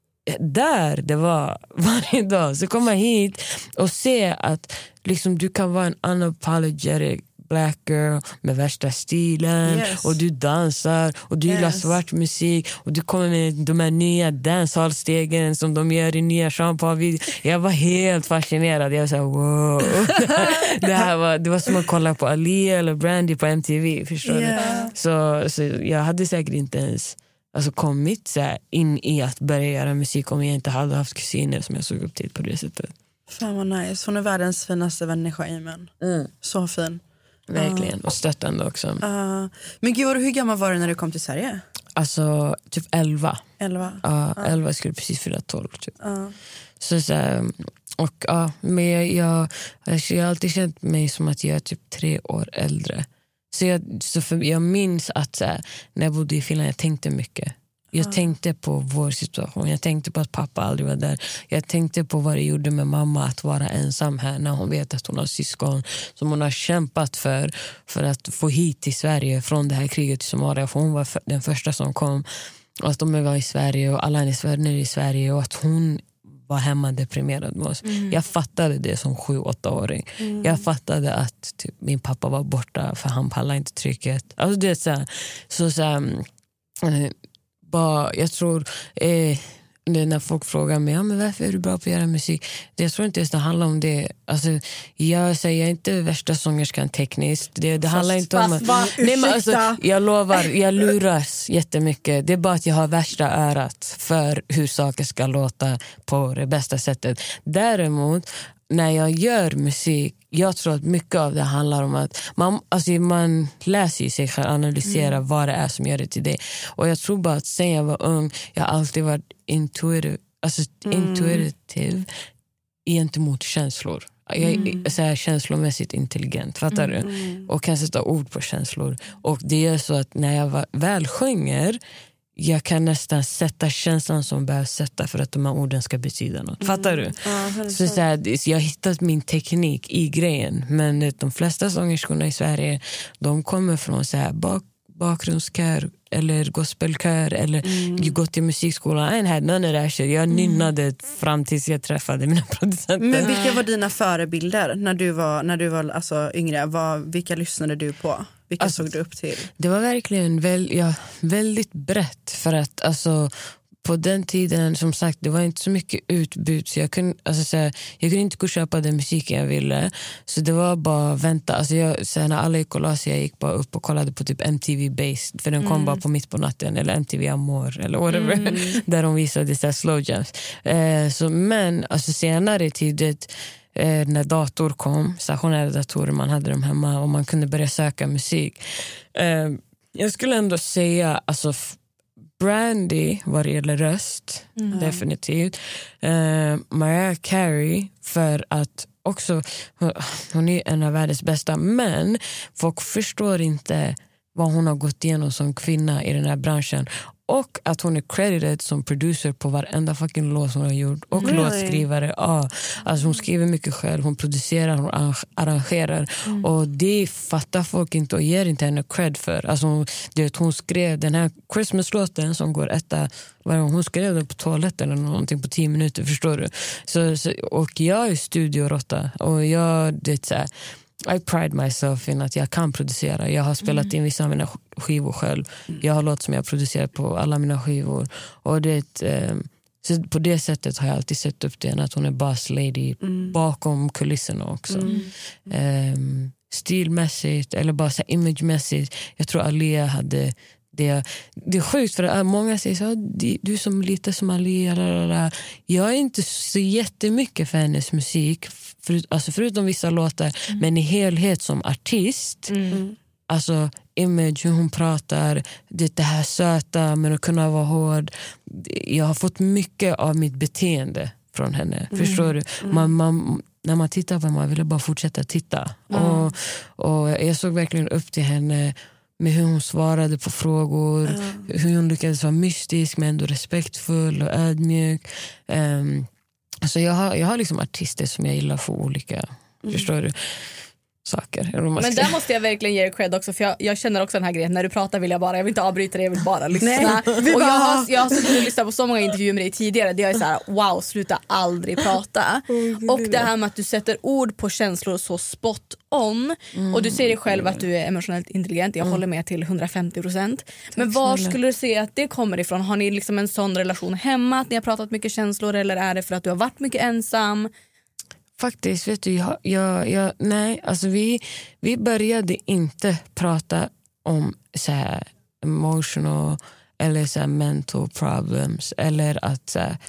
där det var varje dag så komma hit och se att liksom, du kan vara en unapologetic black girl med värsta stilen, yes. och du dansar och du gillar yes. svart musik och du kommer med de här nya dancehall-stegen som de gör i nya champagne. Jag var helt fascinerad. Jag var så här, wow. det, här var, det var som att kolla på Ali eller Brandy på M T V, förstår yeah. du? Så, så jag hade säkert inte ens alltså kommit så här in i att börja göra musik om jag inte hade haft kusiner som jag såg upp till på det sättet. Fan vad nice. Hon är världens finaste människa, Iman. Mm. Så fin. Verkligen, uh. och stöttande också. Uh. Men gud, hur gammal var du när du kom till Sverige? Alltså, typ elva. elva? Ja, uh, uh. elva skulle precis fylla tolv typ. Uh. Så, så här, och ja, uh, men jag, jag, jag har alltid känt mig som att jag är typ tre år äldre. Så jag, så för, jag minns att så här, när jag bodde i Finland, jag tänkte mycket. Jag ja. tänkte på vår situation. Jag tänkte på att pappa aldrig var där. Jag tänkte på vad det gjorde med mamma att vara ensam här när hon vet att hon har syskon som hon har kämpat för för att få hit till Sverige från det här kriget i Somalia. För hon var den första som kom. Och att de var i Sverige och alla hennes vänner i Sverige och att hon var hemma deprimerad med oss. Mm. Jag fattade det som sju, åttaåring. Mm. Jag fattade att typ, min pappa var borta för han pallade inte trycket. Alltså det är så här, så, så här, äh, bara, jag tror eh, när folk frågar mig, ja, men varför är du bra på att göra musik? Det, jag tror inte det handlar om det. Alltså, jag säger inte värsta sångerskan tekniskt. Det, det handlar inte om att, va, nej, men alltså, jag lovar, jag luras jättemycket. Det är bara att jag har värsta örat för hur saker ska låta på det bästa sättet. Däremot när jag gör musik, jag tror att mycket av det handlar om att man, alltså man läser sig själv, analyserar mm. vad det är som gör det till det. Och jag tror bara att sen jag var ung, jag har alltid varit intuitive, alltså mm. intuitive gentemot känslor. Jag är mm. så här känslomässigt intelligent, fattar mm. du? Och kan sätta ord på känslor. Och det är så att när jag väl sjunger, jag kan nästan sätta känslan som behöver sätta för att de här orden ska betyda något. Mm. Fattar du? Ja, så så här, jag har hittat min teknik i grejen. Men de flesta sångerskorna i Sverige, de kommer från så här bak, bakgrundskör eller gospelkör eller mm. gått till musikskolan. I had none of that shit. Jag nynnade mm. fram tills jag träffade mina producenter. Men vilka var dina förebilder när du var, när du var alltså, yngre? Vad, vilka lyssnade du på? Vilka alltså, såg du upp till? Det var verkligen väl, ja, väldigt brett för att alltså, på den tiden, som sagt, det var inte så mycket utbud så jag kunde, alltså, så här, jag kunde inte gå och köpa den musiken jag ville. Så det var bara vänta. Alltså, jag, så här, när alla gick och la sig, jag gick bara upp och kollade på typ M T V Based för den kom mm. bara på mitt på natten eller M T V Amor eller whatever mm. där de visade så här slow jams. Eh, så, men alltså, senare tidigt Eh, när dator kom, stationära datorer, man hade dem hemma och man kunde börja söka musik. Eh, jag skulle ändå säga alltså Brandy vad det gäller röst, mm. definitivt. Eh, Mariah Carey för att också hon är en av världens bästa, men folk förstår inte vad hon har gått igenom som kvinna i den här branschen. Och att hon är credited som producer på varenda fucking låt hon har gjort. Och really? låtskrivare. Ja. Alltså hon skriver mycket själv. Hon producerar, hon arrangerar. Mm. Och det fattar folk inte och ger inte henne cred för. Alltså hon, det, hon skrev den här Christmas-låten som går etta. Hon skrev den på toaletten eller någonting på tio minuter, förstår du? Så, så, och jag är studiorotta. Och jag, det så här, I pride myself in att jag kan producera. Jag har spelat mm. in vissa av mina skivor själv. Mm. Jag har låt som jag producerar på alla mina skivor. Och det, eh, så på det sättet har jag alltid sett upp det. Att hon är boss lady mm. bakom kulisserna också. Mm. Eh, stilmässigt eller bara så imagemässigt. Jag tror Alia hade det. Det är sjukt för att många säger så, du som lite som Alia. Lalala. Jag är inte så jättemycket för hennes musik. Förut, alltså förutom vissa låtar, mm. men i helhet som artist, mm. alltså image, hur hon pratar, det, det här söta men att kunna vara hård. Jag har fått mycket av mitt beteende från henne, mm. förstår du? Mm. Man, man, när man tittar på henne, man ville bara fortsätta titta. Mm. Och, och jag såg verkligen upp till henne med hur hon svarade på frågor, mm. hur hon lyckades vara mystisk men ändå respektfull och ödmjuk. Um, alltså jag har, jag har liksom artister som jag gillar för olika, mm. förstår du, saker. Men där måste jag verkligen ge er cred också, för jag, jag känner också den här grejen, när du pratar vill jag bara, jag vill inte avbryta dig, jag vill bara lyssna. Nej, och jag har, jag har suttit och lyssnat på så många intervjuer med dig tidigare, det är så här: wow, sluta aldrig prata. Mm, och det här med att du sätter ord på känslor så spot on, mm. och du säger själv att du är emotionellt intelligent, jag mm. håller med till hundrafemtio procent. Men var skulle du se att det kommer ifrån? Har ni liksom en sån relation hemma, att ni har pratat mycket känslor, eller är det för att du har varit mycket ensam? Faktiskt, vet du, jag, jag, jag, nej, alltså vi, vi började inte prata om så här emotional eller så här mental problems, eller att så här,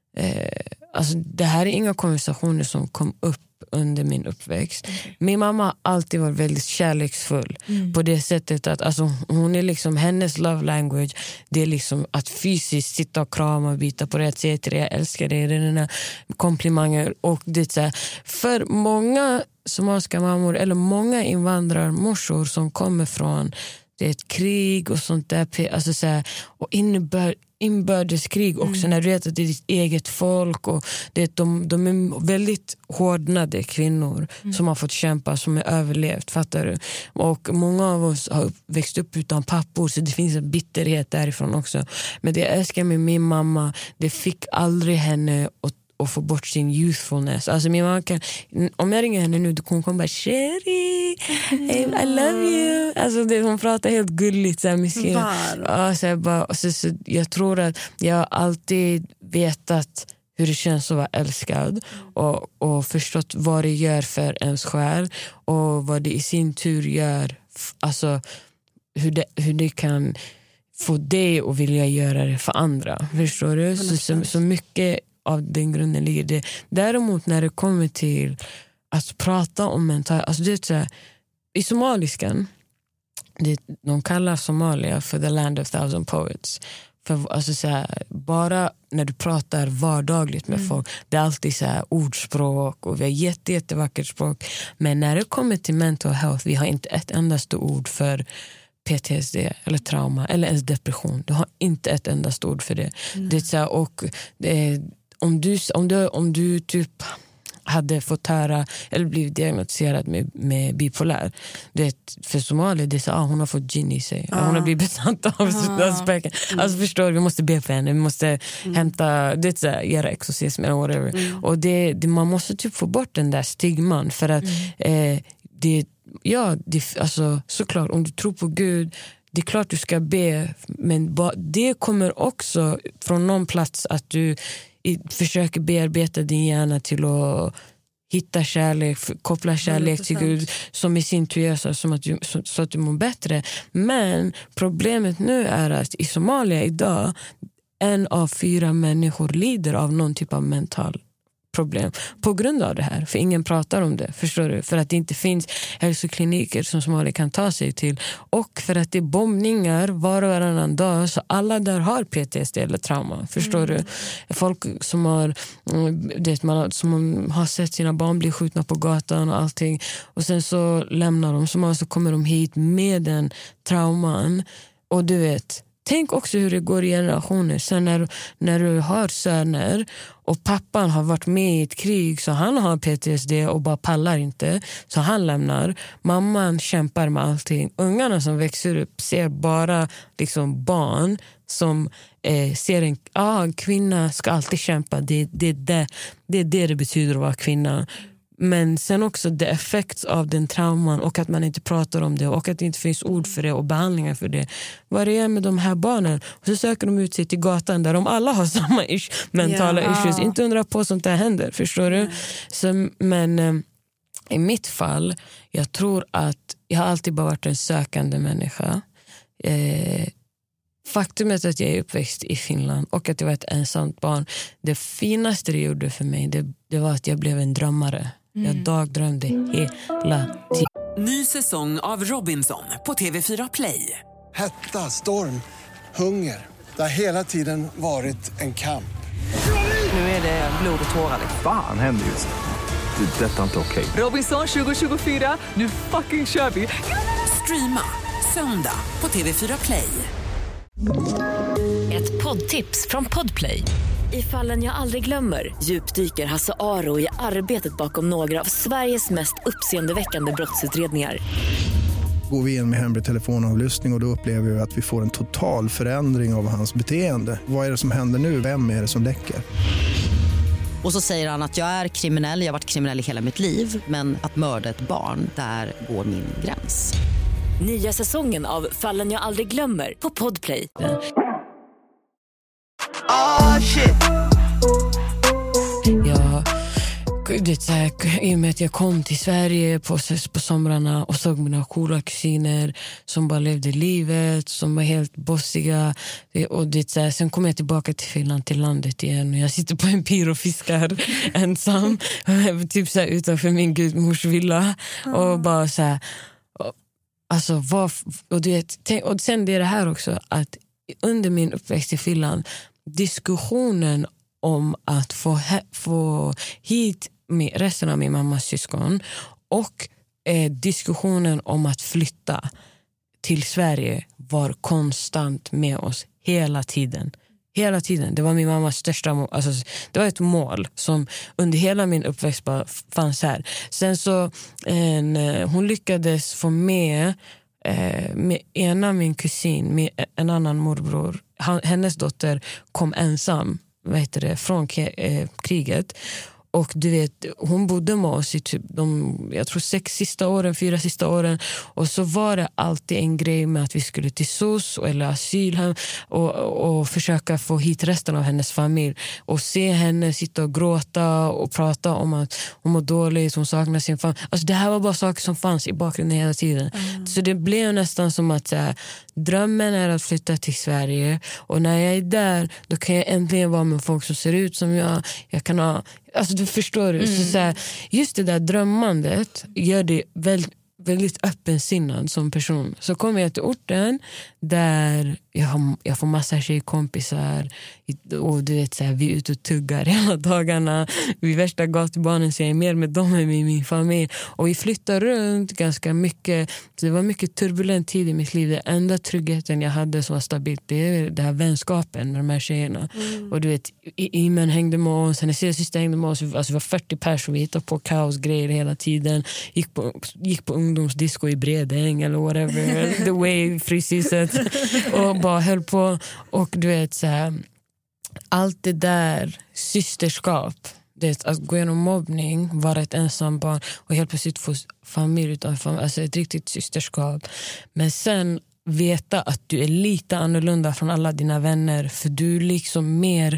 eh, alltså det här är inga konversationer som kom upp under min uppväxt. Okay. Min mamma har alltid varit väldigt kärleksfull mm. på det sättet att alltså, hon är liksom, hennes love language, det är liksom att fysiskt sitta och krama och bita på det, att säga till det, jag älskar dig, det är den här komplimanger. Och det är så här, för många somaliska mammor eller många invandrarmorsor som kommer från det är ett krig och sånt där, alltså så här, och innebär inbördeskrig också, mm. när du vet att det är ditt eget folk och det, de, de är väldigt hårdnade kvinnor mm. som har fått kämpa, som är överlevt, fattar du? Och många av oss har växt upp utan pappor, så det finns en bitterhet därifrån också. Men det jag älskar med min mamma, det fick aldrig henne att och få bort sin youthfulness. Alltså min mamma kan, om jag ringer henne nu, då hon kommer bara Sherry, I love you. Alltså det, hon pratar helt gulligt så här, miskin. Ja, så jag bara, så, så, jag tror att jag har alltid vetat hur det känns att vara älskad och, och förstått vad det gör för ens själ och vad det i sin tur gör, alltså hur det, hur det kan få dig att vilja göra det för andra. Förstår du? Så, så, så mycket av den grunden ligger det. Däremot när det kommer till att prata om mental, alltså det är så här, i somaliskan, det, de kallar Somalia för the land of thousand poets. För, alltså så här, bara när du pratar vardagligt med mm. folk, det är alltid så här ordspråk och vi har jätte, jättevackert språk. Men när det kommer till mental health, vi har inte ett endaste ord för P T S D eller trauma eller ens depression. Du har inte ett endaste ord för det. Mm. Det är så här, och det, om du om du om du typ hade fått höra eller blivit diagnostiserad med, med bipolär, det för Somalia, det är så, ah, hon har fått gin i sig, ah. hon har blivit besatt av ah. spöken. Mm. Alltså förstår du, vi måste be för henne, vi måste mm. hämta, det är så här, göra exorcism eller whatever. Mm. Och det, det, man måste typ få bort den där stigman, för att mm. eh, det, ja, det, alltså såklart, om du tror på Gud, det är klart du ska be, men ba, det kommer också från någon plats att du i, försöker bearbeta din hjärna till att hitta kärlek, koppla kärlek till Gud, som i sin tur gör så, som att du, så, så att du mår bättre. Men problemet nu är att i Somalia idag, en av fyra människor lider av någon typ av mental problem på grund av det här, för ingen pratar om det, förstår du, för att det inte finns hälsokliniker som Somalia kan ta sig till, och för att det är bombningar var och varannan dag, så alla där har P T S D eller trauma, förstår mm. du, folk som har det, man, som har sett sina barn bli skjutna på gatan och allting, och sen så lämnar de, så, så kommer de hit med den trauman, och du vet, tänk också hur det går i generationer. Sen när, när du har söner och pappan har varit med i ett krig, så han har P T S D och bara pallar inte, så han lämnar. Mamman kämpar med allting. Ungarna som växer upp ser bara liksom barn som eh, ser en, ah, en kvinna ska alltid kämpa. Det, det, det, det är det det betyder att vara kvinna. Men sen också the effects av den trauman, och att man inte pratar om det, och att det inte finns ord för det och behandlingar för det. Vad det är med de här barnen? Och så söker de ut sig till gatan där de alla har samma ish, mentala yeah. issues. Inte undra på sånt där händer, förstår du? Så, men eh, i mitt fall, jag tror att jag har alltid bara varit en sökande människa. Eh, Faktumet att jag är uppväxt i Finland och att jag var ett ensamt barn, det finaste det gjorde för mig, det, det var att jag blev en drömmare. Mm. Jag dagdrömde hela tiden. Ny säsong av Robinson på T V fyra Play. Hetta, storm, hunger. Det har hela tiden varit en kamp. Nu är det blod och tårar. Fan händer just det. Det är detta inte okej. Robinson tjugo tjugofyra, nu fucking kör vi! Streama söndag på T V fyra Play. Ett poddtips från Podplay. I Fallen jag aldrig glömmer djupdyker Hasse Aro i arbetet bakom några av Sveriges mest uppseendeväckande brottsutredningar. Går vi in med hemlig telefonavlyssning och, och då upplever vi att vi får en total förändring av hans beteende. Vad är det som händer nu? Vem är det som läcker? Och så säger han att jag är kriminell, jag har varit kriminell i hela mitt liv. Men att mörda ett barn, där går min gräns. Nya säsongen av Fallen jag aldrig glömmer på Podplay. Oh shit. Ja, det så här, i och med att jag kom till Sverige på, på somrarna och såg mina coola kusiner som bara levde livet, som var helt bossiga. Och det, så här, sen kom jag tillbaka till Finland, till landet igen, och jag sitter på en pir och fiskar ensam typ så här, utanför min gudmors villa och bara så här, och, alltså vad, och, det, och sen det är det här också att under min uppväxt i Finland, diskussionen om att få, he, få hit med resten av min mammas syskon och eh, diskussionen om att flytta till Sverige var konstant med oss hela tiden. Hela tiden. Det var min mammas största mål. Alltså, det var ett mål som under hela min uppväxt bara fanns här. Sen så en, hon lyckades få med Eh, med ena min kusin, med en annan morbror, han, hennes dotter kom ensam, vad heter det, från ke- eh, kriget. Och du vet, hon bodde med oss i typ de, jag tror sex sista åren, fyra sista åren. Och så var det alltid en grej med att vi skulle till S O S eller asylhem och, och försöka få hit resten av hennes familj. Och se henne sitta och gråta och prata om att hon mår dåligt, hon saknar sin familj. Alltså det här var bara saker som fanns i bakgrunden hela tiden. Mm. Så det blev nästan som att så här, drömmen är att flytta till Sverige. Och när jag är där, då kan jag äntligen vara med folk som ser ut som jag. Jag kan ha... Alltså du förstår, mm. så, så här, just det där drömmandet gör det väldigt, väldigt öppensinnad som person. Så kommer jag till orten där jag, har, jag får massa tjejkompisar och du vet så här, vi är ute och tuggar hela dagarna. Vi är värsta gatubarnen, så jag är mer med dem än med min familj. Och vi flyttar runt ganska mycket. Så det var mycket turbulent tid i mitt liv. Det enda tryggheten jag hade som var stabilt, det är det här vänskapen med de här tjejerna. Mm. Och du vet, Imen hängde med oss, hennes syster hängde med oss. Alltså vi var fyrtio personer, vi hittade på kaosgrejer hela tiden. Gick på, gick på ungdomsdisco i Bredäng eller whatever. The Way, Fryshuset. Och bara höll på. Och du vet så här, allt det där systerskap, det att gå igenom mobbning, vara ett ensam barn och helt plötsligt få familj utan familj, alltså ett riktigt systerskap. Men sen veta att du är lite annorlunda från alla dina vänner, för du är liksom mer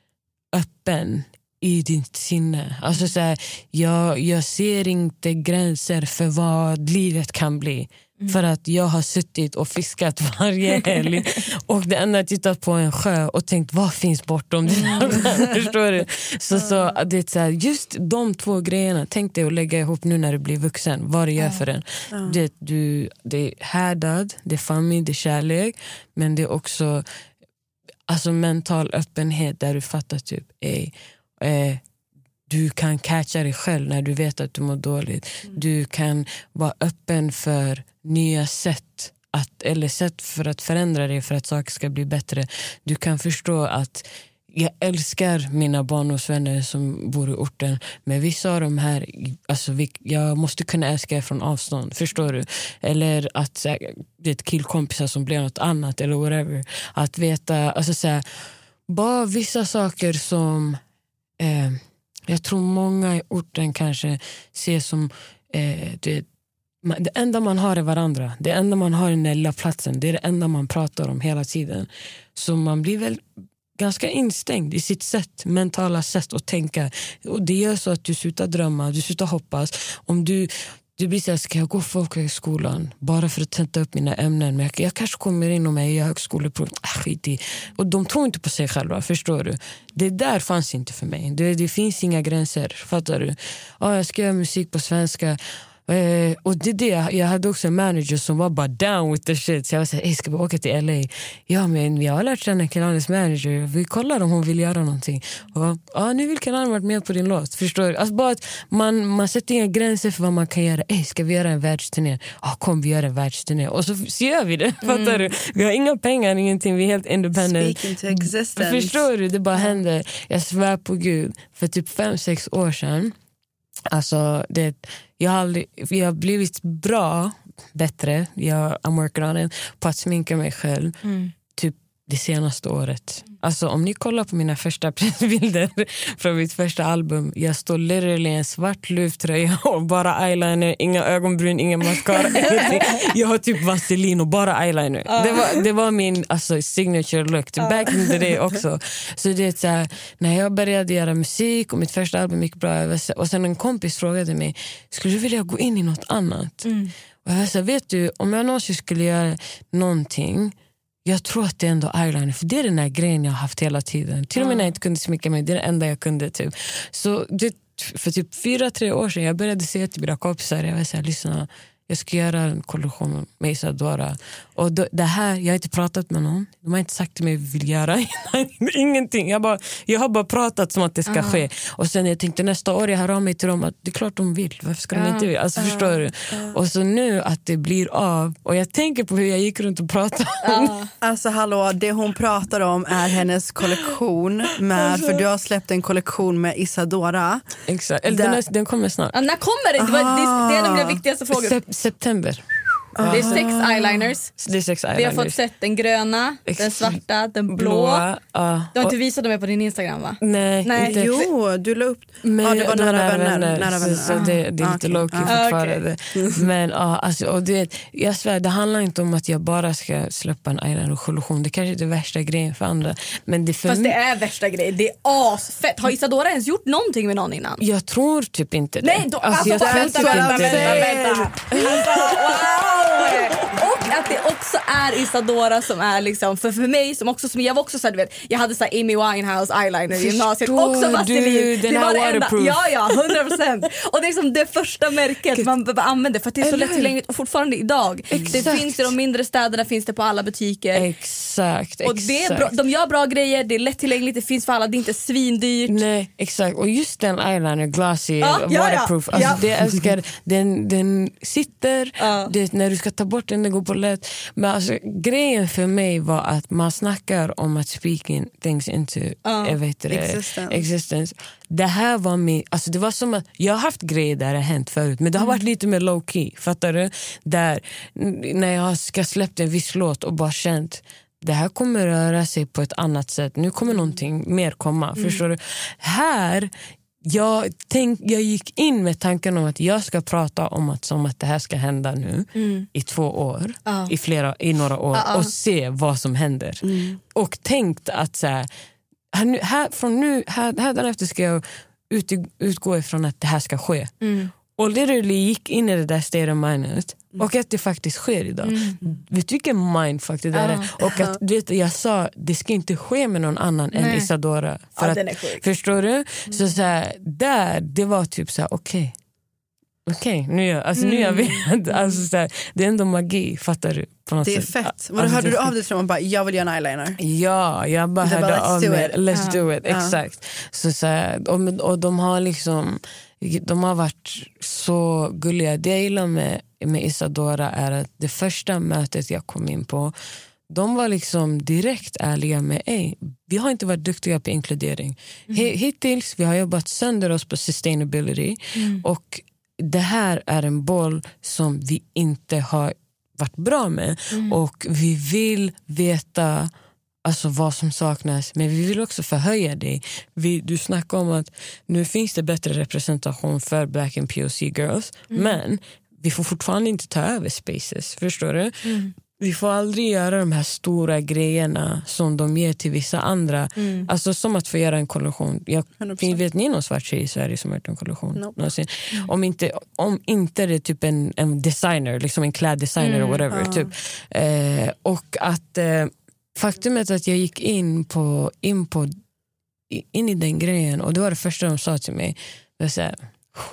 öppen i ditt sinne. Alltså så här, jag, jag ser inte gränser för vad livet kan bli. Mm. För att jag har suttit och fiskat varje helg och det enda jag tittat på en sjö och tänkt, vad finns bortom det? Förstår du? Så, så det är så här, just de två grejerna, tänk dig att lägga ihop nu när du blir vuxen, vad det gör för en. Det, du, det är härdad, det är familj, det är kärlek, men det är också alltså mental öppenhet där du fattar typ, ej, eh, du kan catcha dig själv när du vet att du mår dåligt. Mm. Du kan vara öppen för nya sätt att, eller sätt för att förändra dig för att saker ska bli bättre. Du kan förstå att jag älskar mina barndomsvänner som bor i orten, men vissa av de här, alltså vi, jag måste kunna älska från avstånd, förstår du? Eller att det är ett killkompisar som blir något annat eller whatever. Att veta, alltså så här, bara vissa saker som eh, jag tror många i orten kanske ser som eh, det, det enda man har är varandra. Det enda man har i den lilla platsen. Det är det enda man pratar om hela tiden. Så man blir väl ganska instängd i sitt sätt, mentala sätt att tänka. Och det gör så att du slutar drömma, du slutar hoppas. Om du, du blir så här, ska jag gå folkhögskolan bara för att tenta upp mina ämnen? Men jag, jag kanske kommer in och mig i högskoleprov. Ah, skit i. Och de tror inte på sig själva, förstår du? Det där fanns inte för mig. Det, det finns inga gränser, fattar du? Ah, jag ska göra musik på svenska. Eh, och det är det, jag hade också en manager som var bara down with the shit. Så jag var såhär, hey, ska vi åka till L A? Ja, men jag har lärt känna Kelanis manager. Vi kollar om hon vill göra någonting. Och ja, nu vill Kelani varit med på din låt. Förstår du? Alltså bara att man, man sätter inga gränser för vad man kan göra. Hey, ska vi göra en världsturné? Ja, kom vi göra en världsturné. Och så, så gör vi det. Mm. Fattar du? Vi har inga pengar, ingenting. Vi är helt independent. Speaking to existence. Förstår du? Det bara händer. Jag svär på Gud. För typ fem, sex år sedan. Alltså, det, jag, har aldrig, jag har blivit bra, bättre. Jag, I'm working on it. På att sminka mig själv. Mm. Typ det senaste året. Alltså om ni kollar på mina första pressbilder från mitt första album, jag står literally i en svart lufttröja och bara eyeliner, inga ögonbryn, ingen mascara, ingenting. Jag har typ vaselin och bara eyeliner. Uh. Det, var, det var min alltså, signature look. Uh. Back in the day också. Så det är så här, när jag började göra musik och mitt första album gick bra, och sen en kompis frågade mig, skulle du vilja gå in i något annat? Mm. Och jag sa, vet du, om jag någonsin skulle göra någonting, jag tror att det är ändå eyeliner. För det är den här grejen jag har haft hela tiden. Till och med när jag inte kunde smicka mig. Det är det enda jag kunde typ. Så det, för typ fyra, tre år sedan jag började säga till mina kompisar. Jag var så här, lyssna, jag ska göra en kollektion med Isadora. Och då, det här, jag har inte pratat med någon. De har inte sagt till mig vad jag vill göra. Ingenting. Jag, bara, jag har bara pratat som att det ska uh. ske. Och sen jag tänkte nästa år jag hör av mig till dem att det är klart de vill. Varför ska uh. de inte vilja? Alltså uh. förstår du? Uh. Och så nu att det blir av. Och jag tänker på hur jag gick runt och pratade om. Uh. Alltså hallå, det hon pratar om är hennes kollektion. Med, alltså. För du har släppt en kollektion med Isadora. Exakt. Eller den, är, den kommer snart. Ja, när kommer det? Det, var, det, det är en av mina viktigaste frågor. Sep- september. Det är sex eyeliners. Det är sex eyeliners. Vi har fått sett den gröna, Ex- den svarta, den blå. blå. Uh, du har inte visat dem på din Instagram, va? Nej, Nej. Inte. Jo, du la upp. Men, ja, det var nära, nära vänner. vänner. Nära vänner. Så, så det, det är lite okay. low-key uh, fortfarande. Okay. Men uh, alltså, och det, jag svär, det handlar inte om att jag bara ska släppa en eyeliner-kollektion. Det kanske är det värsta grejen för andra. Men det för Fast mig... det är värsta grejen. Det är asfett. Har Isadora ens gjort någonting med någon innan? Jag tror typ inte det. Nej, då, alltså, alltså, jag vänta, vänta, vänta, vänta, vänta. Wow! Och att det också är Isadora som är liksom, för, för mig som också, som jag var också så här, du vet, jag hade så här Amy Winehouse eyeliner i gymnasiet, också vaselin. Den här waterproof. Ja, ja, hundra procent. Och det är liksom det första märket man behöver använda för att det är så lättillgängligt och fortfarande idag. Exakt. Det finns i de mindre städerna, finns det på alla butiker. Exakt, och det är bra, de gör bra grejer, det är lättillgängligt, det finns för alla, det är inte svindyrt. Nej, exakt. Och just den eyeliner, glassy, ja, waterproof, ja, ja. Alltså, det älskar, den, den sitter, ja. det, när du ska ta bort den, det går på lätt. Men alltså, grejen för mig var att man snackar om att speaking things into uh, jag vet det, existence. existence. Det här var min, alltså det var som att jag har haft grejer där det har hänt förut, men det har mm. varit lite mer low key, fattar du? Där när jag ska släppt en viss låt och bara känt det här kommer röra sig på ett annat sätt. Nu kommer någonting mer komma, mm. förstår du? Här Jag, tänk, jag gick in med tanken om att jag ska prata om att, som att det här ska hända nu mm. i två år, uh. i, flera, i några år uh-uh. och se vad som händer. Mm. Och tänkt att så här, här, här, från nu, här, här därefter ska jag ut, utgå ifrån att det här ska ske. Mm. Och literally gick in i det där state of mind och att det faktiskt sker idag. Mm. Vet du vilken mindfuck det där uh. är? Och att vet, jag sa, det ska inte ske med någon annan Nej. än Isadora. För ja, att, den är sjuk. Förstår du? Mm. Så, så här, där, det var typ så här, okej. Okay. Okej, okay, nu, alltså, mm. nu jag vet. Alltså, så här, det är ändå magi, fattar du? På något det är sätt. fett. Alltså, Vad hörde du av dig från man bara, jag vill göra en eyeliner? Ja, jag bara hörde bara, av mig. Let's uh. do it, uh. exakt. Så, så här, och, och de har liksom, de har varit så gulliga. Det jag gillar med, med Isadora är att det första mötet jag kom in på, de var liksom direkt ärliga med Ej, vi har inte varit duktiga på inkludering. Mm. Hittills vi har jobbat sönder oss på sustainability mm. och det här är en boll som vi inte har varit bra med mm. och vi vill veta alltså vad som saknas, men vi vill också förhöja dig. Vi, du snackar om att nu finns det bättre representation för Black and P O C girls mm. men vi får fortfarande inte ta över spaces, förstår du? Mm. Vi får aldrig göra de här stora grejerna som de ger till vissa andra. Mm. Alltså som att få göra en kollektion. Jag, vet ni någon svart tjej i Sverige som har gjort en kollektion? Nope. Mm. Om, inte, om inte det är typ en, en designer, liksom en kläddesigner mm. or whatever. Uh. Typ. Eh, och att eh, faktumet att jag gick in på, in på in i den grejen och det var det första de sa till mig. Det var så här,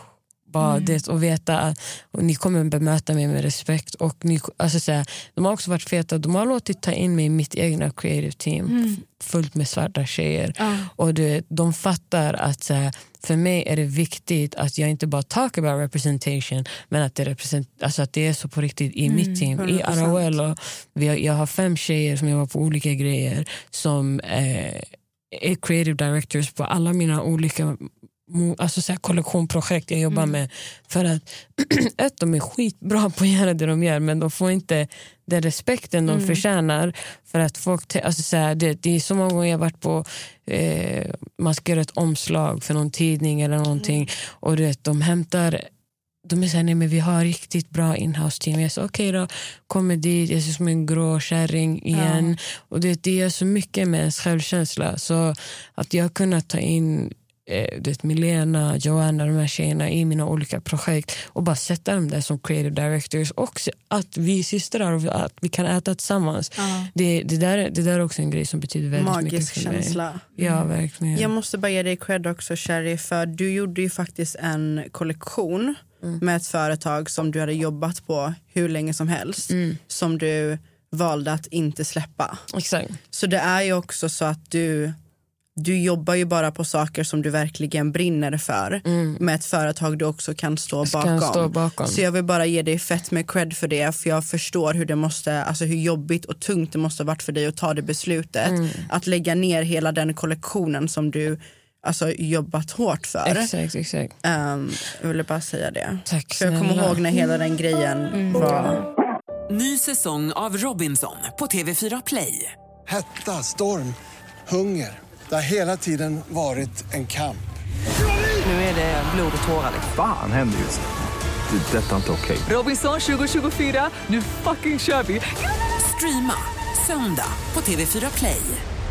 bara Mm. det och veta att och ni kommer bemöta mig med respekt och ni, alltså, så här, de har också varit feta, de har låtit ta in mig i mitt egna creative team Mm. fullt med svarta tjejer Ja. och det, de fattar att så här, för mig är det viktigt att jag inte bara talk about representation men att det, represent, alltså att det är så på riktigt i Mm, mitt team, hundra i procent. R O L och vi har, jag har fem tjejer som jobbar på olika grejer som eh, är creative directors på alla mina olika alltså så här kollektionprojekt jag jobbar Mm. med för att ett, de är skitbra på att göra det de gör men de får inte den respekten de Mm. förtjänar för att folk, te- alltså så här, det, det är så många gånger jag har varit på eh, man ska göra ett omslag för någon tidning eller någonting och du vet, de hämtar de är såhär, nej men vi har riktigt bra in-house team. Jag sa okej okay då, kommer dit, jag ser som en grå kärring igen. Ja. Och det, det gör så mycket med ens självkänsla. Så att jag har kunnat ta in eh, det, Milena, Joanna, de här tjejerna i mina olika projekt och bara sätta dem där som creative directors och att vi är systrar och att vi kan äta tillsammans. Ja. Det, det, där, det där är också en grej som betyder väldigt magisk mycket för mig. känsla. Ja, verkligen. Jag måste bara ge dig cred också, Sherry, för du gjorde ju faktiskt en kollektion Mm. med ett företag som du hade jobbat på hur länge som helst mm. som du valde att inte släppa. Exakt. Så det är ju också så att du du jobbar ju bara på saker som du verkligen brinner för mm. med ett företag du också kan stå bakom. Kan stå bakom. Så jag vill bara ge dig fett med cred för det, för jag förstår hur det måste, alltså hur jobbigt och tungt det måste ha varit för dig att ta det beslutet mm. att lägga ner hela den kollektionen som du alltså jobbat hårt för. Exakt, exakt. Um, jag ville bara säga det. Tack för jag kommer ihåg när hela den grejen mm. var... Ny säsong av Robinson på T V fyra Play. Hetta, storm, hunger. Det har hela tiden varit en kamp. Nu är det blod och tårar. Fan händer just det. Det är detta inte okej. Okay. Robinson tjugo tjugofyra, nu fucking kör vi. Streama söndag på T V fyra Play.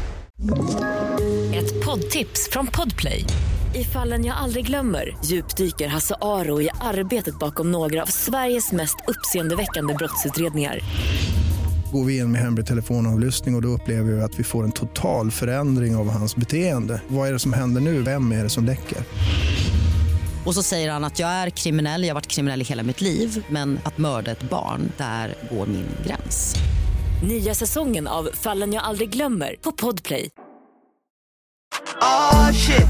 Ett poddtips från Podplay. I Fallen jag aldrig glömmer djupdyker Hasse Aro i arbetet bakom några av Sveriges mest uppseendeväckande brottsutredningar. Går vi in med hemlig telefonavlyssning och då upplever vi att vi får en total förändring av hans beteende. Vad är det som händer nu? Vem är det som läcker? Och så säger han att jag är kriminell, jag har varit kriminell i hela mitt liv. Men att mörda ett barn, där går min gräns. Nya säsongen av Fallen jag aldrig glömmer på Podplay. Oh shit.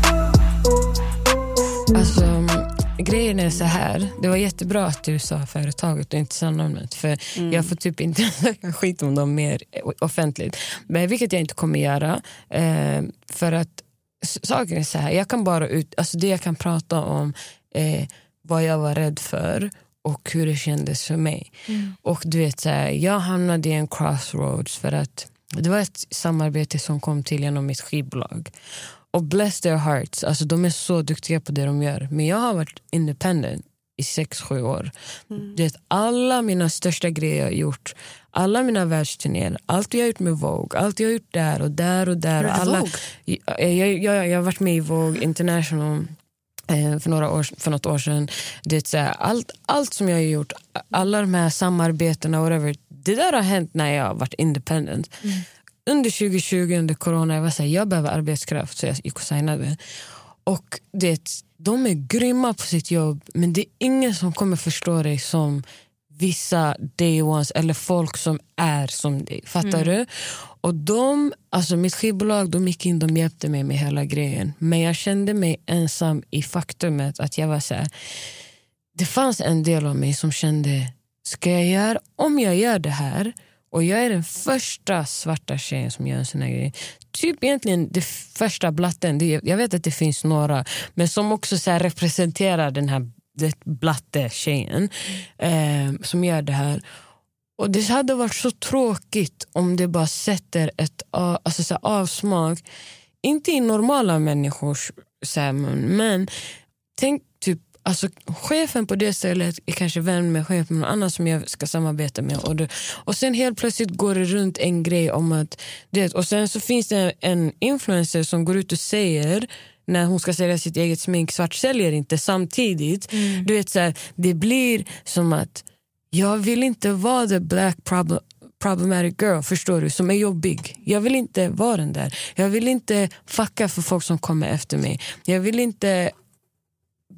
Alltså, grejen är så här. Det var jättebra att du sa företaget och inte sa namnet. För mm. jag får typ inte snacka skit om dem mer offentligt. Men vilket jag inte kommer göra. Eh, för att saken är så här. Jag kan bara ut, alltså det jag kan prata om eh, vad jag var rädd för och hur det kändes för mig. Mm. Och du vet så här, jag hamnade i en crossroads för att det var ett samarbete som kom till genom mitt skivbolag. Och bless their hearts, alltså de är så duktiga på det de gör. Men jag har varit independent i sex, sju år. Mm. Det är alla mina största grejer jag har gjort, alla mina världsturnéer, allt jag har gjort med Vogue, allt jag har gjort där och där och där. Och alla, jag, jag, jag, jag har varit med i Vogue International för några år, för något år sedan. Det är så här, allt, allt som jag har gjort, alla de här samarbetena whatever, det där har hänt när jag har varit independent. Mm. Under tjugo tjugo, under corona, jag var så här, jag behöver arbetskraft, så jag gick och signade. Och det, de är grymma på sitt jobb, men det är ingen som kommer förstå dig som vissa day ones eller folk som är som dig. Fattar mm. du? Och de, alltså mitt skivbolag, de gick in, de hjälpte mig med hela grejen. Men jag kände mig ensam i faktumet att jag var så här, det fanns en del av mig som kände, ska jag göra, om jag gör det här, och jag är den första svarta tjejen som gör en sån här grej. Typ egentligen det första blatten. Det, jag vet att det finns några. Men som också så här representerar den här det blatte tjejen. Eh, som gör det här. Och det hade varit så tråkigt om det bara sätter ett alltså så här avsmak. Inte i normala människors sämon. Men tänk typ. Alltså chefen på det stället är kanske vän med chefen med någon annan som jag ska samarbeta med. Och, det, och sen helt plötsligt går det runt en grej om att det, och sen så finns det en influencer som går ut och säger när hon ska sälja sitt eget smink, svart säljer inte samtidigt. Mm. Du vet så här, det blir som att jag vill inte vara the black problem problematic girl, förstår du, som är jobbig. Jag vill inte vara den där. Jag vill inte fucka för folk som kommer efter mig. Jag vill inte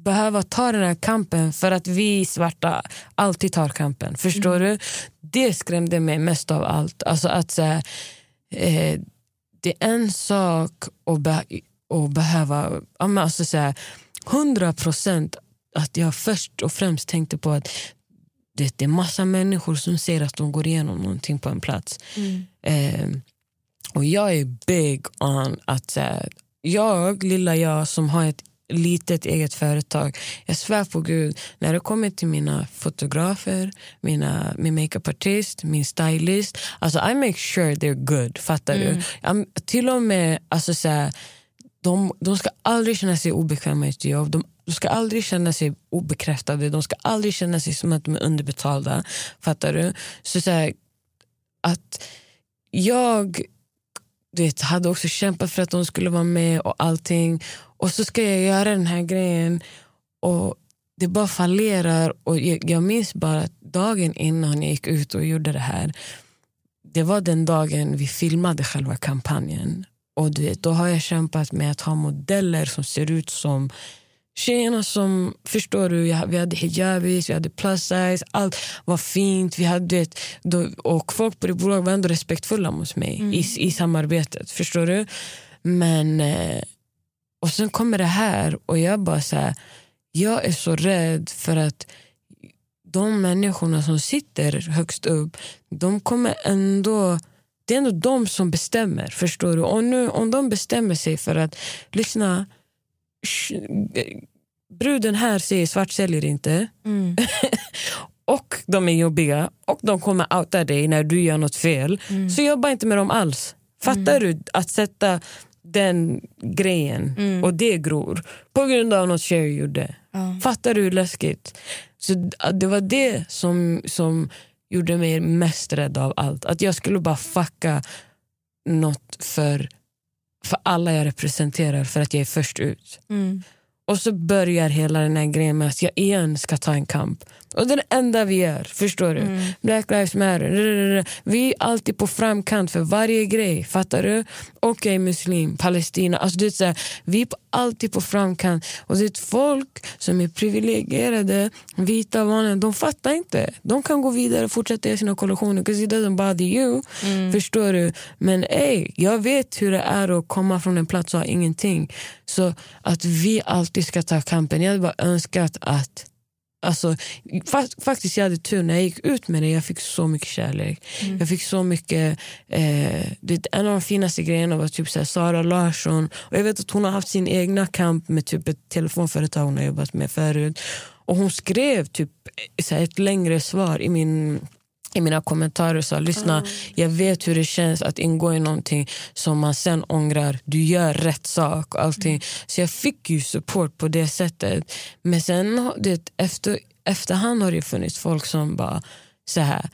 behöva ta den här kampen för att vi svarta alltid tar kampen. Förstår mm. du? Det skrämde mig mest av allt. Alltså att så här, eh, det är en sak att, be- att behöva alltså så här, hundra procent att jag först och främst tänkte på att det, det är massa människor som ser att de går igenom någonting på en plats. Mm. Eh, och jag är big on att så här, jag, lilla jag som har ett litet eget företag, jag svär på Gud, när det kommer till mina fotografer, mina, min makeupartist, min stylist, alltså I make sure they're good, fattar mm. du? Jag, till och med alltså så här, de, de ska aldrig känna sig obekväma i ett jobb, de, de ska aldrig känna sig obekräftade, de ska aldrig känna sig som att de är underbetalda, fattar du? Så, så här, att jag vet, hade också kämpat för att de skulle vara med och allting, och så ska jag göra den här grejen och det bara fallerar. Och jag, jag minns bara att dagen innan jag gick ut och gjorde det här, det var den dagen vi filmade själva kampanjen. Och du vet, då har jag kämpat med att ha modeller som ser ut som tjejerna som, förstår du, jag, vi hade hijabis, vi hade plus size, allt var fint, vi hade ett, då, och folk på det bolaget var ändå respektfulla mot mig mm. i, i samarbetet, förstår du? Men eh, och sen kommer det här och jag bara så här, jag är så rädd för att de människorna som sitter högst upp, de kommer ändå, det är ändå de som bestämmer, förstår du? Och nu om de bestämmer sig för att lyssna, bruden här säger svart säljer inte mm. och de är jobbiga och de kommer outa dig när du gör något fel, mm. så jobba inte med dem alls. Fattar mm. du att sätta den grejen mm. och det gror på grund av något tjej gjorde. Mm. Fattar du hur läskigt? Så det var det som, som gjorde mig mest rädd av allt. Att jag skulle bara fucka något för, för alla jag representerar för att jag är först ut. Mm. Och så börjar hela den här grejen med att jag igen ska ta en kamp. Och det är det enda vi gör, förstår du? Mm. Black Lives Matter. Vi är alltid på framkant för varje grej, fattar du? Okej, okay, muslim, Palestina. Alltså, det är så här, vi är alltid på framkant. Och det är ett folk som är privilegierade, vita, vanliga. De fattar inte. De kan gå vidare och fortsätta göra sina kollektioner. Because it doesn't bother you. Mm. Förstår du? Men ey, jag vet hur det är att komma från en plats och ha ingenting. Så att vi alltid ska ta kampen. Jag hade bara önskat att alltså, fast, faktiskt jag hade tur när jag gick ut med det. Jag fick så mycket kärlek. Mm. Jag fick så mycket eh, det, en av de finaste grejerna var typ så här, Sara Larsson. Och jag vet att hon har haft sin egna kamp med typ ett telefonföretag hon har jobbat med förut. Och hon skrev typ så här, ett längre svar i min i mina kommentarer och sa, lyssna, mm. jag vet hur det känns att ingå i någonting som man sen ångrar. Du gör rätt sak och allting. Mm. Så jag fick ju support på det sättet. Men sen det, efter, efterhand har det funnits folk som bara så här,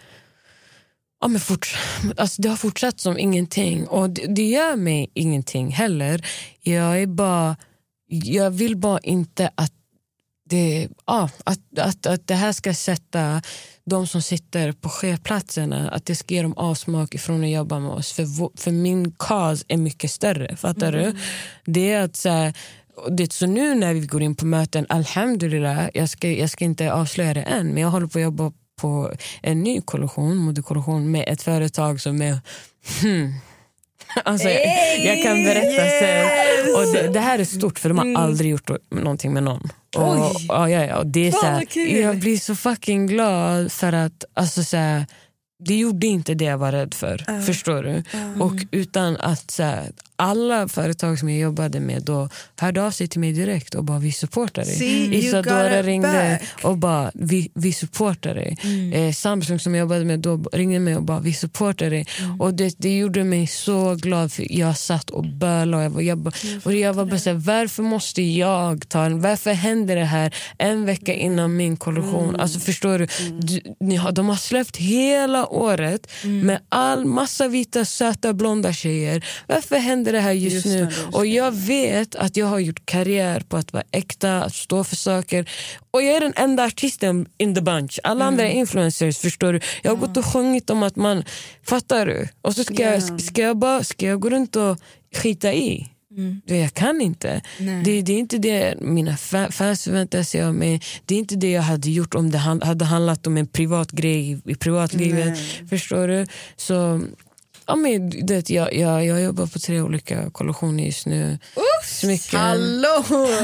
ja, men fort, alltså det har fortsatt som ingenting. Och det, det gör mig ingenting heller. Jag är bara, jag vill bara inte att det, ja, att, att, att det här ska sätta de som sitter på chefplatserna, att det ska ge dem avsmak ifrån att jobba med oss. För, för min cause är mycket större, fattar mm. du? Det är att så här, det är så nu när vi går in på möten, alhamdulillah, jag ska, jag ska inte avslöja det än, men jag håller på att jobba på en ny kollektion, modekollektion med ett företag som är hmm, alltså, hey, jag, jag kan berätta yes. sen. Och det, det här är stort för de har mm. aldrig gjort någonting med någon. Och, och, ja, ja, och det är så här, jag blir så fucking glad för att alltså, så här, det gjorde inte det jag var rädd för. Uh. Förstår du? Uh. Och utan att så här, alla företag som jag jobbade med då hörde av sig till mig direkt och bara, vi supportar dig. Isadora ringde back. och bara, vi, vi supportar dig. Mm. Eh, Samsung som jag jobbade med då ringde mig och bara, vi supportar dig. Mm. Och det, det gjorde mig så glad, för jag satt och bölade och jag, jag, jag, och jag var bara så här, varför måste jag ta en, varför händer det här en vecka innan min kollektion? Mm. Alltså förstår du, mm. du ni har, de har släppt hela året mm. med all massa vita, söta, blonda tjejer. Varför händer det här just, just nu? Det, och jag vet att jag har gjort karriär på att vara äkta, att stå för saker. Och jag är den enda artisten in the bunch. Alla mm. andra är influencers, förstår du? Jag har ja. gått och sjungit om att man, fattar du? Och så ska, yeah. jag, ska jag bara ska jag gå runt och skita i. Mm. Jag kan inte. Det, det är inte det mina fans förväntar sig av mig. Det är inte det jag hade gjort om det hade handlat om en privat grej i privatlivet. Nej. Förstår du? Så ja, men, det, jag, jag, jag jobbar på tre olika kollektioner just nu. Smycken. Hallå!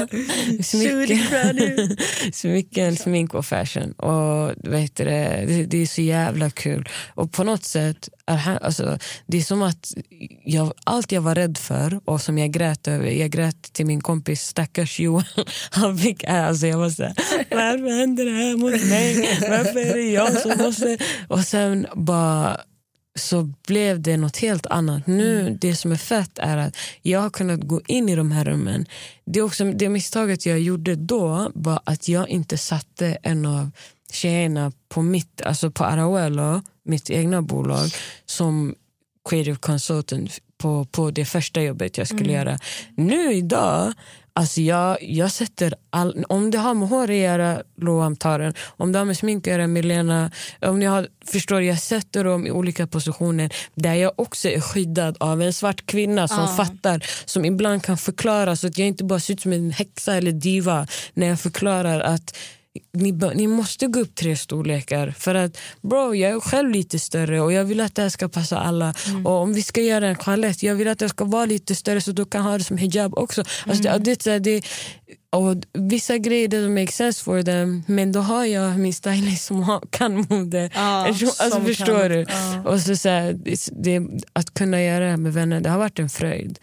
Smycken, smycken, smink och fashion. Och vet du, det, det är så jävla kul. Och på något sätt är här, alltså, det är som att jag, allt jag var rädd för och som jag grät över, jag grät till min kompis stackars Johan. Han fick alltså jag var så här, varför händer det här mot mig? Varför är det jag som måste? Och sen bara så blev det något helt annat. Nu, mm. det som är fett är att jag har kunnat gå in i de här rummen. Det är också det misstaget jag gjorde då var att jag inte satte en av tjejerna på mitt, alltså på Arauello, mitt egna bolag, som creative consultant på, på det första jobbet jag skulle mm. göra. Nu idag, alltså jag, jag sätter all, om det har med hår att göra, Loam tar den. Om det har med smink att göra, Milena. Om ni har, förstår, jag sätter dem i olika positioner där jag också är skyddad av en svart kvinna som ah. fattar, som ibland kan förklara så att jag inte bara ser ut som en häxa eller diva när jag förklarar att Ni, ni måste gå upp tre storlekar för att bro, jag är själv lite större och jag vill att det här ska passa alla mm. och om vi ska göra en chalett, jag vill att det ska vara lite större så du kan ha det som hijab också. Alltså, mm. det, det, det, och vissa grejer det make sense for them, men då har jag min stylist som har, kan mode ah, alltså, förstår kan. du ah. och så, så här, det, det, att kunna göra det med vänner, det har varit en fröjd.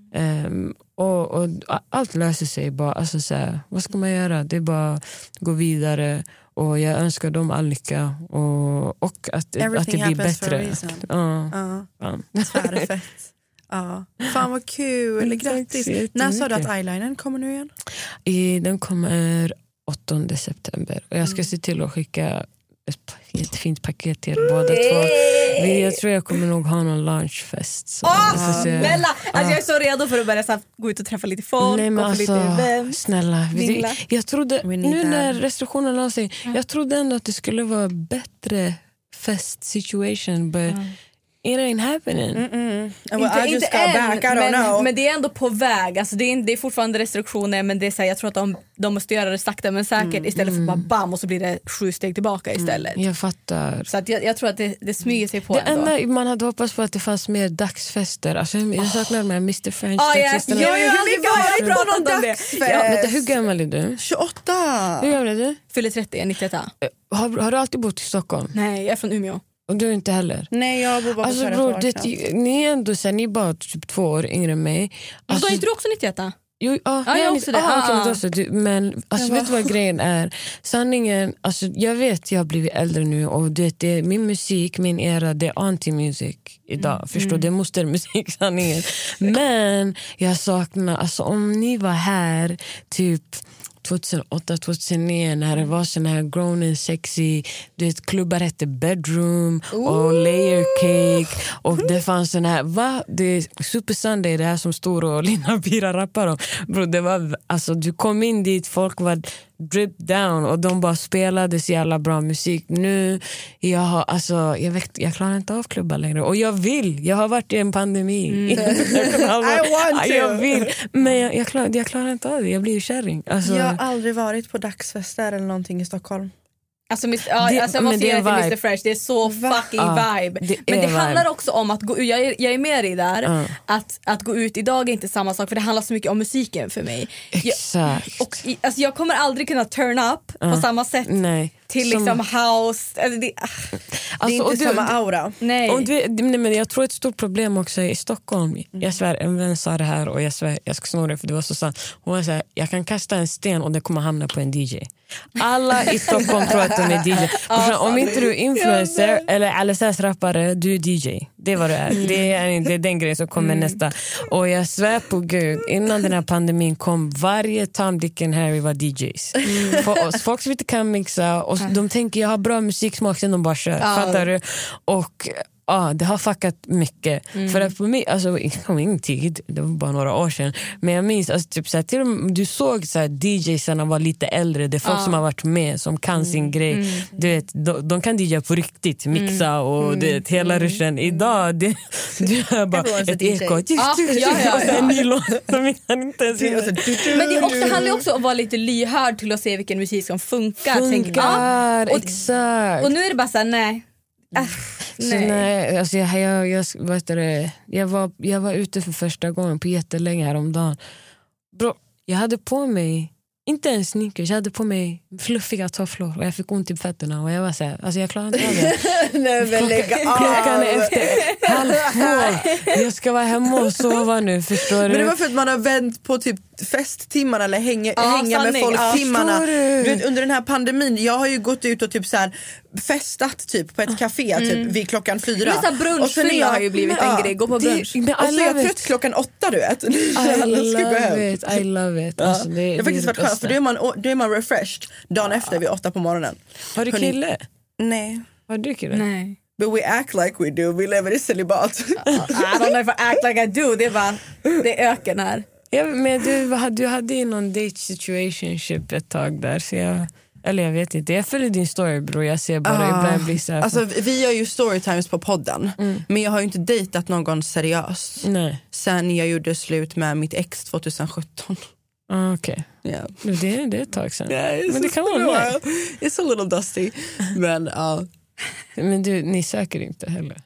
Um, och, och allt löser sig bara, alltså så här, vad ska man göra? Det är bara gå vidare och jag önskar dem all lycka och, och att, att det blir bättre. Ja. Ja. Ja. Tvärfett. Ja. Fan vad kul, grattis. När sa du att eyelinern kommer nu igen? I, den kommer åttonde september och jag ska mm. se till att skicka ett jättefint paket till er båda två. Men jag tror jag kommer nog ha någon lunchfest. Åh, oh, snälla! Alltså jag är så redo för att börja så här, gå ut och träffa lite folk. Nej, men och alltså, lite event. Snälla. Vi, jag trodde, nu när restriktionerna la sig, mm. jag trodde ändå att det skulle vara bättre fest situation, but mm. it ain't happening. Mm -mm. Well, inte, I just got back, I don't men, know. men det är ändå på väg. Alltså det, är, det är fortfarande restriktioner, men det är så här, jag tror att de, de måste göra det sakta men säkert mm. istället för bara bam och så blir det sju steg tillbaka istället. Mm. Jag fattar. Så att jag, jag tror att det, det smyger sig på det ändå. enda man hade hoppats på att det fanns mer dagsfester. Alltså, jag saknar oh. med mister French. Oh, yes. Jag har ju aldrig varit på någon dagsfest. Ja, vänta, hur gammal är du? tjugoåtta. Hur gammal är du? Fyller trettio, nittioett. Har, har du alltid bott i Stockholm? Nej, jag är från Umeå. Och du inte heller? Nej, jag bor bara alltså, på bror, det, ni är ändå så här, ni är bara typ två år yngre än mig. Alltså, då är inte du också nittioett? Jo, ah, ja, jag också det. Ah, okay, också, du, men alltså, vet du vad grejen är? Sanningen, alltså, jag vet jag har blivit äldre nu och det, det, min musik, min era, det är anti-music idag. Mm. Förstår, mm. det måste det musik, sanningen. Men jag saknar, alltså om ni var här typ tjugohundraåtta tjugohundranio när det var sån här grown and sexy, det klubbar hette Bedroom och Layer Cake och det fanns sån här, va? Det är Super Sunday, det här som Stor och Lina Bira rappar om. Bro, det var, alltså du kom in dit, folk var drip down och de bara spelade så jävla bra musik. Nu jag har, alltså jag vet, jag klarar inte av klubbar längre och jag vill, jag har varit i en pandemi. Mm. I want to. Jag vill, men jag, jag, klarar, jag klarar inte av det, jag blir ju kärring. Alltså, jag har aldrig varit på dagsfester eller någonting i Stockholm. Alltså, mis- ja, det, alltså jag måste ge det till mister Fresh. Det är så Va? fucking ja, vibe. det Men det vibe. handlar också om att gå ut. Jag är, jag är med dig där. Uh. Att, att gå ut idag är inte samma sak. För det handlar så mycket om musiken för mig. Exakt. Jag, och, i, alltså, jag kommer aldrig kunna turn up uh. på samma sätt. Nej. Till Som... liksom house. Alltså, det, ah. alltså, det är inte du, samma aura. Nej. Och du, nej, men jag tror ett stort problem också i Stockholm. Mm. Jag svär, en vän sa det här och jag svär, jag ska snå det för det var så sant. Hon var så här, jag kan kasta en sten och det kommer hamna på en D J. Alla i Stockholm tror att de är D J. Ja, om inte du är influencer eller L S S-rappare, du är D J. Det är vad du är. Mm. Det, är det är den grejen som kommer mm. nästa. Och jag svär på Gud, innan den här pandemin kom, varje Tom, Dick and Harry var D Js. Mm. För oss, folk som inte kan mixa och de tänker jag har bra musiksmak sen de bara kör. Ja. Fattar du? Och Ja, det har fuckat mycket. Mm. För att på mig, alltså ingen tid, det var bara några år sedan. Men jag minns, alltså, typ, så här, till och med, du såg så här, D J:sarna var lite äldre. Det är folk Ja. som har varit med, som kan Mm. sin grej. Mm. Du vet, de, de kan D J på riktigt, mixa Mm. och Mm. det, hela Mm. ruschen. Idag, det, du hör bara Everyone's a ett D J. eko. Ja, ja, ja, Och så en ny låt som vi kan inte ens hinna. Men det är också, handlar också om att vara lite lyhörd till att se vilken musik som funkar. Tänker, Funkar, ja. och, exakt. och nu är det bara så här, nej. Äh, Så nej. nej, alltså jag, jag, jag, vad heter det? Jag, var, jag var ute för första gången på jättelänge häromdagen. Bro, jag hade på mig, inte en sneakers, jag hade på mig fluffiga tofflor och jag fick ont i fötterna och jag var så här, alltså jag klarar inte av det. Nej, men lägga av. Klockan är efter halv två. Jag ska vara hemma och sova nu, förstår du? Men det var för att man har vänt på typ festtimmarna eller hänga, Ja, hänga med sanning. folk-timmarna. Ja, du du? vet, under den här pandemin, jag har ju gått ut och typ så här festat typ på ett café typ Mm. vid klockan fyra. Men så här brunchfylla Och sen är jag- har ju blivit en grej, gå på det- brunch. Men Och så I är jag love trött it. klockan åtta, du vet. I Alla ska gå hem. love it, I love it. Ja. Alltså, det, det är faktiskt det varit skönt, för då är, man, då är man refreshed dagen efter vid åtta på morgonen. Har du Hörni- kille? Nej. Har du kille? Nej. But we act like we do, we lever i celibat. I don't know if I act like I do. Det är bara, det är öken här. Ja, men du, vad- du hade ju någon date situationship ett tag där, så jag, eller jag vet inte. Jag följer din story, bro. Jag ser bara Ah. ibland blir så här. Alltså, vi gör ju storytimes på podden, Mm. men jag har ju inte dejtat någon seriös Nej. sen jag gjorde slut med mitt ex tjugohundrasjutton. Ah, okej. Yeah. Det, det är ett tag sedan. Yeah, men det kan vara nice. It's a little dusty. Men, uh. Men du, ni söker inte heller.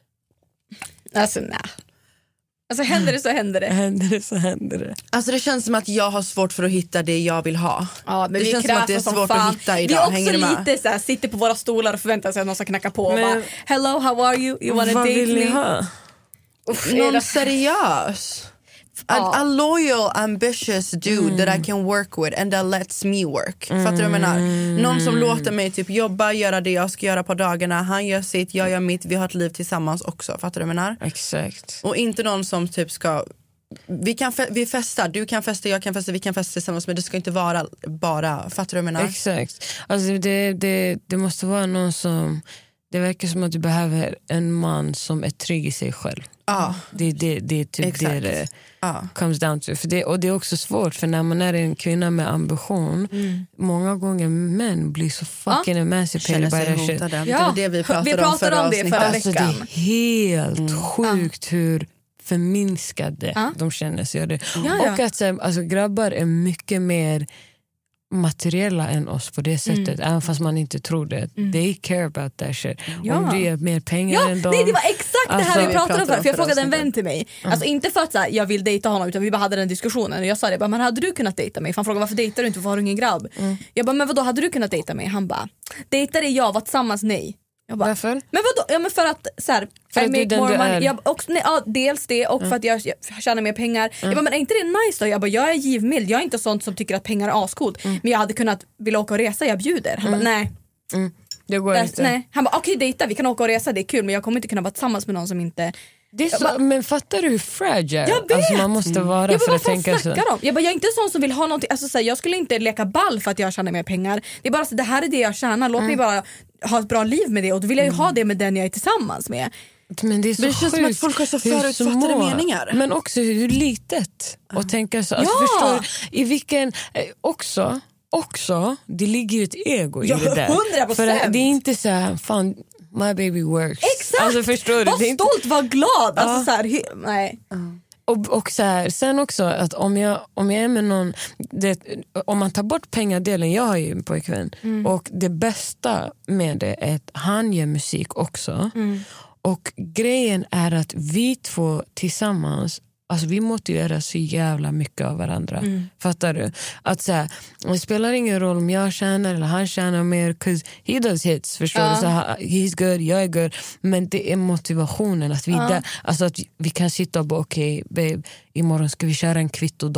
Alltså nej. Alltså händer det så händer det. Händer det så händer det. Alltså det känns som att jag har svårt för att hitta det jag vill ha. Ja, men det vi känns som att det är kräsar svårt fan. att hitta Vi idag. är Hänger du också med? lite så här, sitter på våra stolar och förväntar sig att någon ska knacka på och Men- bara, hello, how are you? You wanna Vad date vill ni me? ha? Uff, är Någon det- seriös. A, Ja. a loyal, ambitious dude that I can work with and that lets me work. Fattar du vad jag menar? Någon som låter mig typ jobba, göra det jag ska göra på dagarna. Han gör sitt, jag gör mitt. Vi har ett liv tillsammans också. Fattar du vad jag menar? Exakt. Och inte någon som typ ska... Vi, kan fe- vi festar, du kan festa, jag kan festa, vi kan festa tillsammans. Men det ska inte vara bara, fattar du vad jag menar? Exakt. Alltså det, det, det måste vara någon som... Det verkar som att du behöver en man som är trygg i sig själv. Ja. Det, det, det är typ Exakt. det det Ja. comes down to. För det, och det är också svårt, för när man är en kvinna med ambition, Mm. många gånger män blir så fucking Känner emancipated by sig that shit. hotade. Ja. Det var det vi pratade, Vi pratade om förra om det avsnittet. förra Alltså det veckan. är helt sjukt hur förminskade Ja. de känner sig. Det. Ja, ja. Och att så här, alltså, grabbar är mycket mer materiella än oss på det sättet, Mm. även fast man inte tror det. Mm. They care about that shit. Ja. Om du ger mer pengar Ja, än dem. nej, det var exakt det Alltså, här vi vi pratade om pratade förr. om För jag förra frågade en avsnittet. vän till mig. Alltså inte för att så här, jag vill dejta honom, utan vi bara hade den diskussionen. Och jag sa det, bara, men hade du kunnat dejta mig? För han frågade, varför dejtar du inte? Varför har du ingen grabb? Mm. Jag bara, men vadå, hade du kunnat dejta mig? Han bara, dejtade jag, var tillsammans, nej. Jag bara, Varför? men vadå? Ja, men för att så här, För I att du är make den more du money. är. Jag, också, nej, ja, dels det och för att jag, jag tjänar mer pengar. Jag bara, men är inte det nice då? Jag bara, jag är givmild. Jag är inte sånt som tycker att pengar är ascoolt. Men jag hade kunnat vilja åka och resa, jag bjuder. Han bara, nej. Mm. Det går That's, inte. nej. Han bara, okej okay, dejta, vi kan åka och resa, det är kul. Men jag kommer inte kunna vara tillsammans med någon som inte... Det är så, bara- men fattar du hur fragile Jag vet! alltså, man måste vara jag för bara, att vad tänka så? snackar de? Jag, bara, jag är inte en sån som vill ha någonting, alltså, så här, jag skulle inte leka ball för att jag tjänar mer pengar. Det är bara så, det här är det jag tjänar, låt mig bara ha ett bra liv med det. Och då vill jag ju ha det med den jag är tillsammans med. Men det är så Men det känns som sjukt att folk har så hur förutfattade små- meningar. Men också hur litet att tänka så. Alltså, Ja! förstår du, i vilken eh, också också det ligger ju ett ego Ja, i det där. hundra procent. För det är inte så här, fan my baby works. Exakt! Alltså förstår du, var det är inte, stolt, var glad. Ja. Alltså, så här, he- nej. och, och så här, sen också att om jag, om jag är med någon, det, om man tar bort pengadelen, jag har ju en pojkvän Mm. och det bästa med det är att han gör musik också. Mm. Och grejen är att vi två tillsammans, alltså vi motiverar så jävla mycket av varandra. Mm. Fattar du? Att så här, det spelar ingen roll om jag tjänar eller han tjänar mer, 'cause he does hits, förstår Ja. du? Så här, he's good, jag är good. Men det är motivationen att vi, Ja. där, alltså att vi, vi kan sitta och bara okej, okay, babe, imorgon ska vi köra en kvittodag.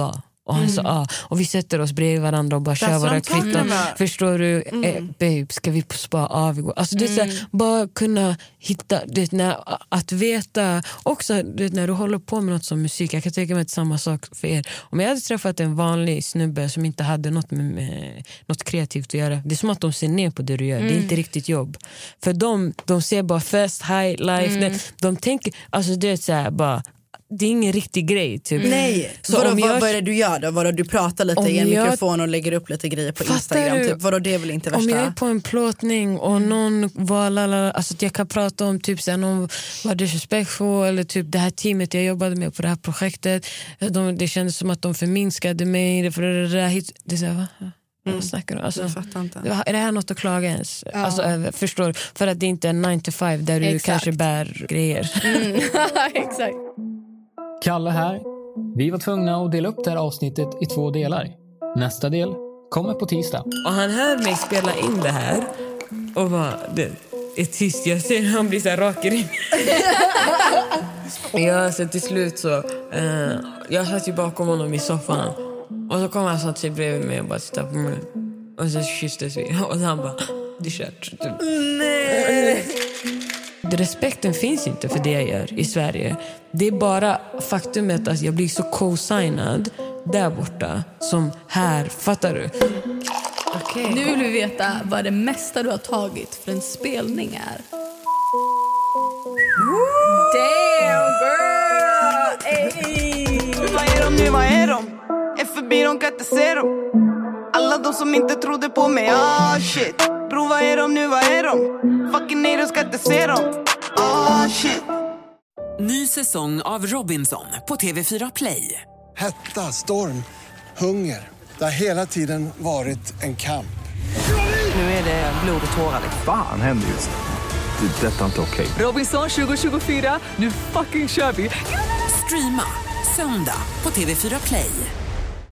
Och han Mm. sa ah. Och vi sätter oss bredvid varandra och bara That's kör what våra I'm talking kvitton. about. Förstår du? Mm. Eh, babe, ska vi på spa av? Alltså det är så här, Mm. bara kunna hitta det, när, att veta också det, när du håller på med något som musik. Jag kan tänka mig att samma sak för er. Om jag hade träffat en vanlig snubbe som inte hade något med, med något kreativt att göra. Det är som att de ser ner på det du gör. Mm. Det är inte riktigt jobb. För de, de ser bara fest, high life. Mm. De tänker, alltså det är så här bara, det är ingen riktig grej typ. Nej, så vadå, om vad, jag, vad är det du gör då? Vadå, du pratar lite Om i en jag- mikrofon och lägger upp lite grejer på Fattar Instagram du? typ. Vadå, det är väl inte värsta? Om jag är på en plåtning och någon var lalala, alltså att jag kan prata om typ så här, någon var disrespectful eller typ det här teamet jag jobbade med på det här projektet, de, det kändes som att de förminskade mig det, för det, det, där, det är så här, va? Mm. Vad snackar du? Alltså, Jag fattar inte. är det här något att klaga ens? Ja. Alltså, över- förstår du? För att det inte är nine to five där du Exakt. kanske bär grejer. Mm. Exakt. Kalle här. Vi var tvungna att dela upp det här avsnittet i två delar. Nästa del kommer på tisdag. Och han hör mig spela in det här och bara, det är tyst. Jag ser han blir så här rak i ryggen. Ja, så till slut så eh, jag satt ju bakom honom i soffan och så kom han satt sig bredvid mig och bara tittade på mig och så kysstes vi och så han bara, det är kört typ. Nej. Respekten finns inte för det jag gör i Sverige. Det är bara faktumet att jag blir så co-signad där borta som här, fattar du? Okay. Nu vill vi veta vad det mesta du har tagit för en spelning är. Damn girl, ey. Vad är de nu, vad är de? Är förbi, de kan inte se dem. Alla de som inte trodde på mig, ah shit. Bro, vad är de nu, vad är de? Fucking nej, de ska inte se dem, ah shit. Ny säsong av Robinson på T V fyra Play. Hetta, storm, hunger. Det har hela tiden varit en kamp. Nu är det blod och tårar. Fan händer just det. Det är detta inte okej. Robinson tjugo tjugofyra, nu fucking kör vi! Streama söndag på T V fyra Play.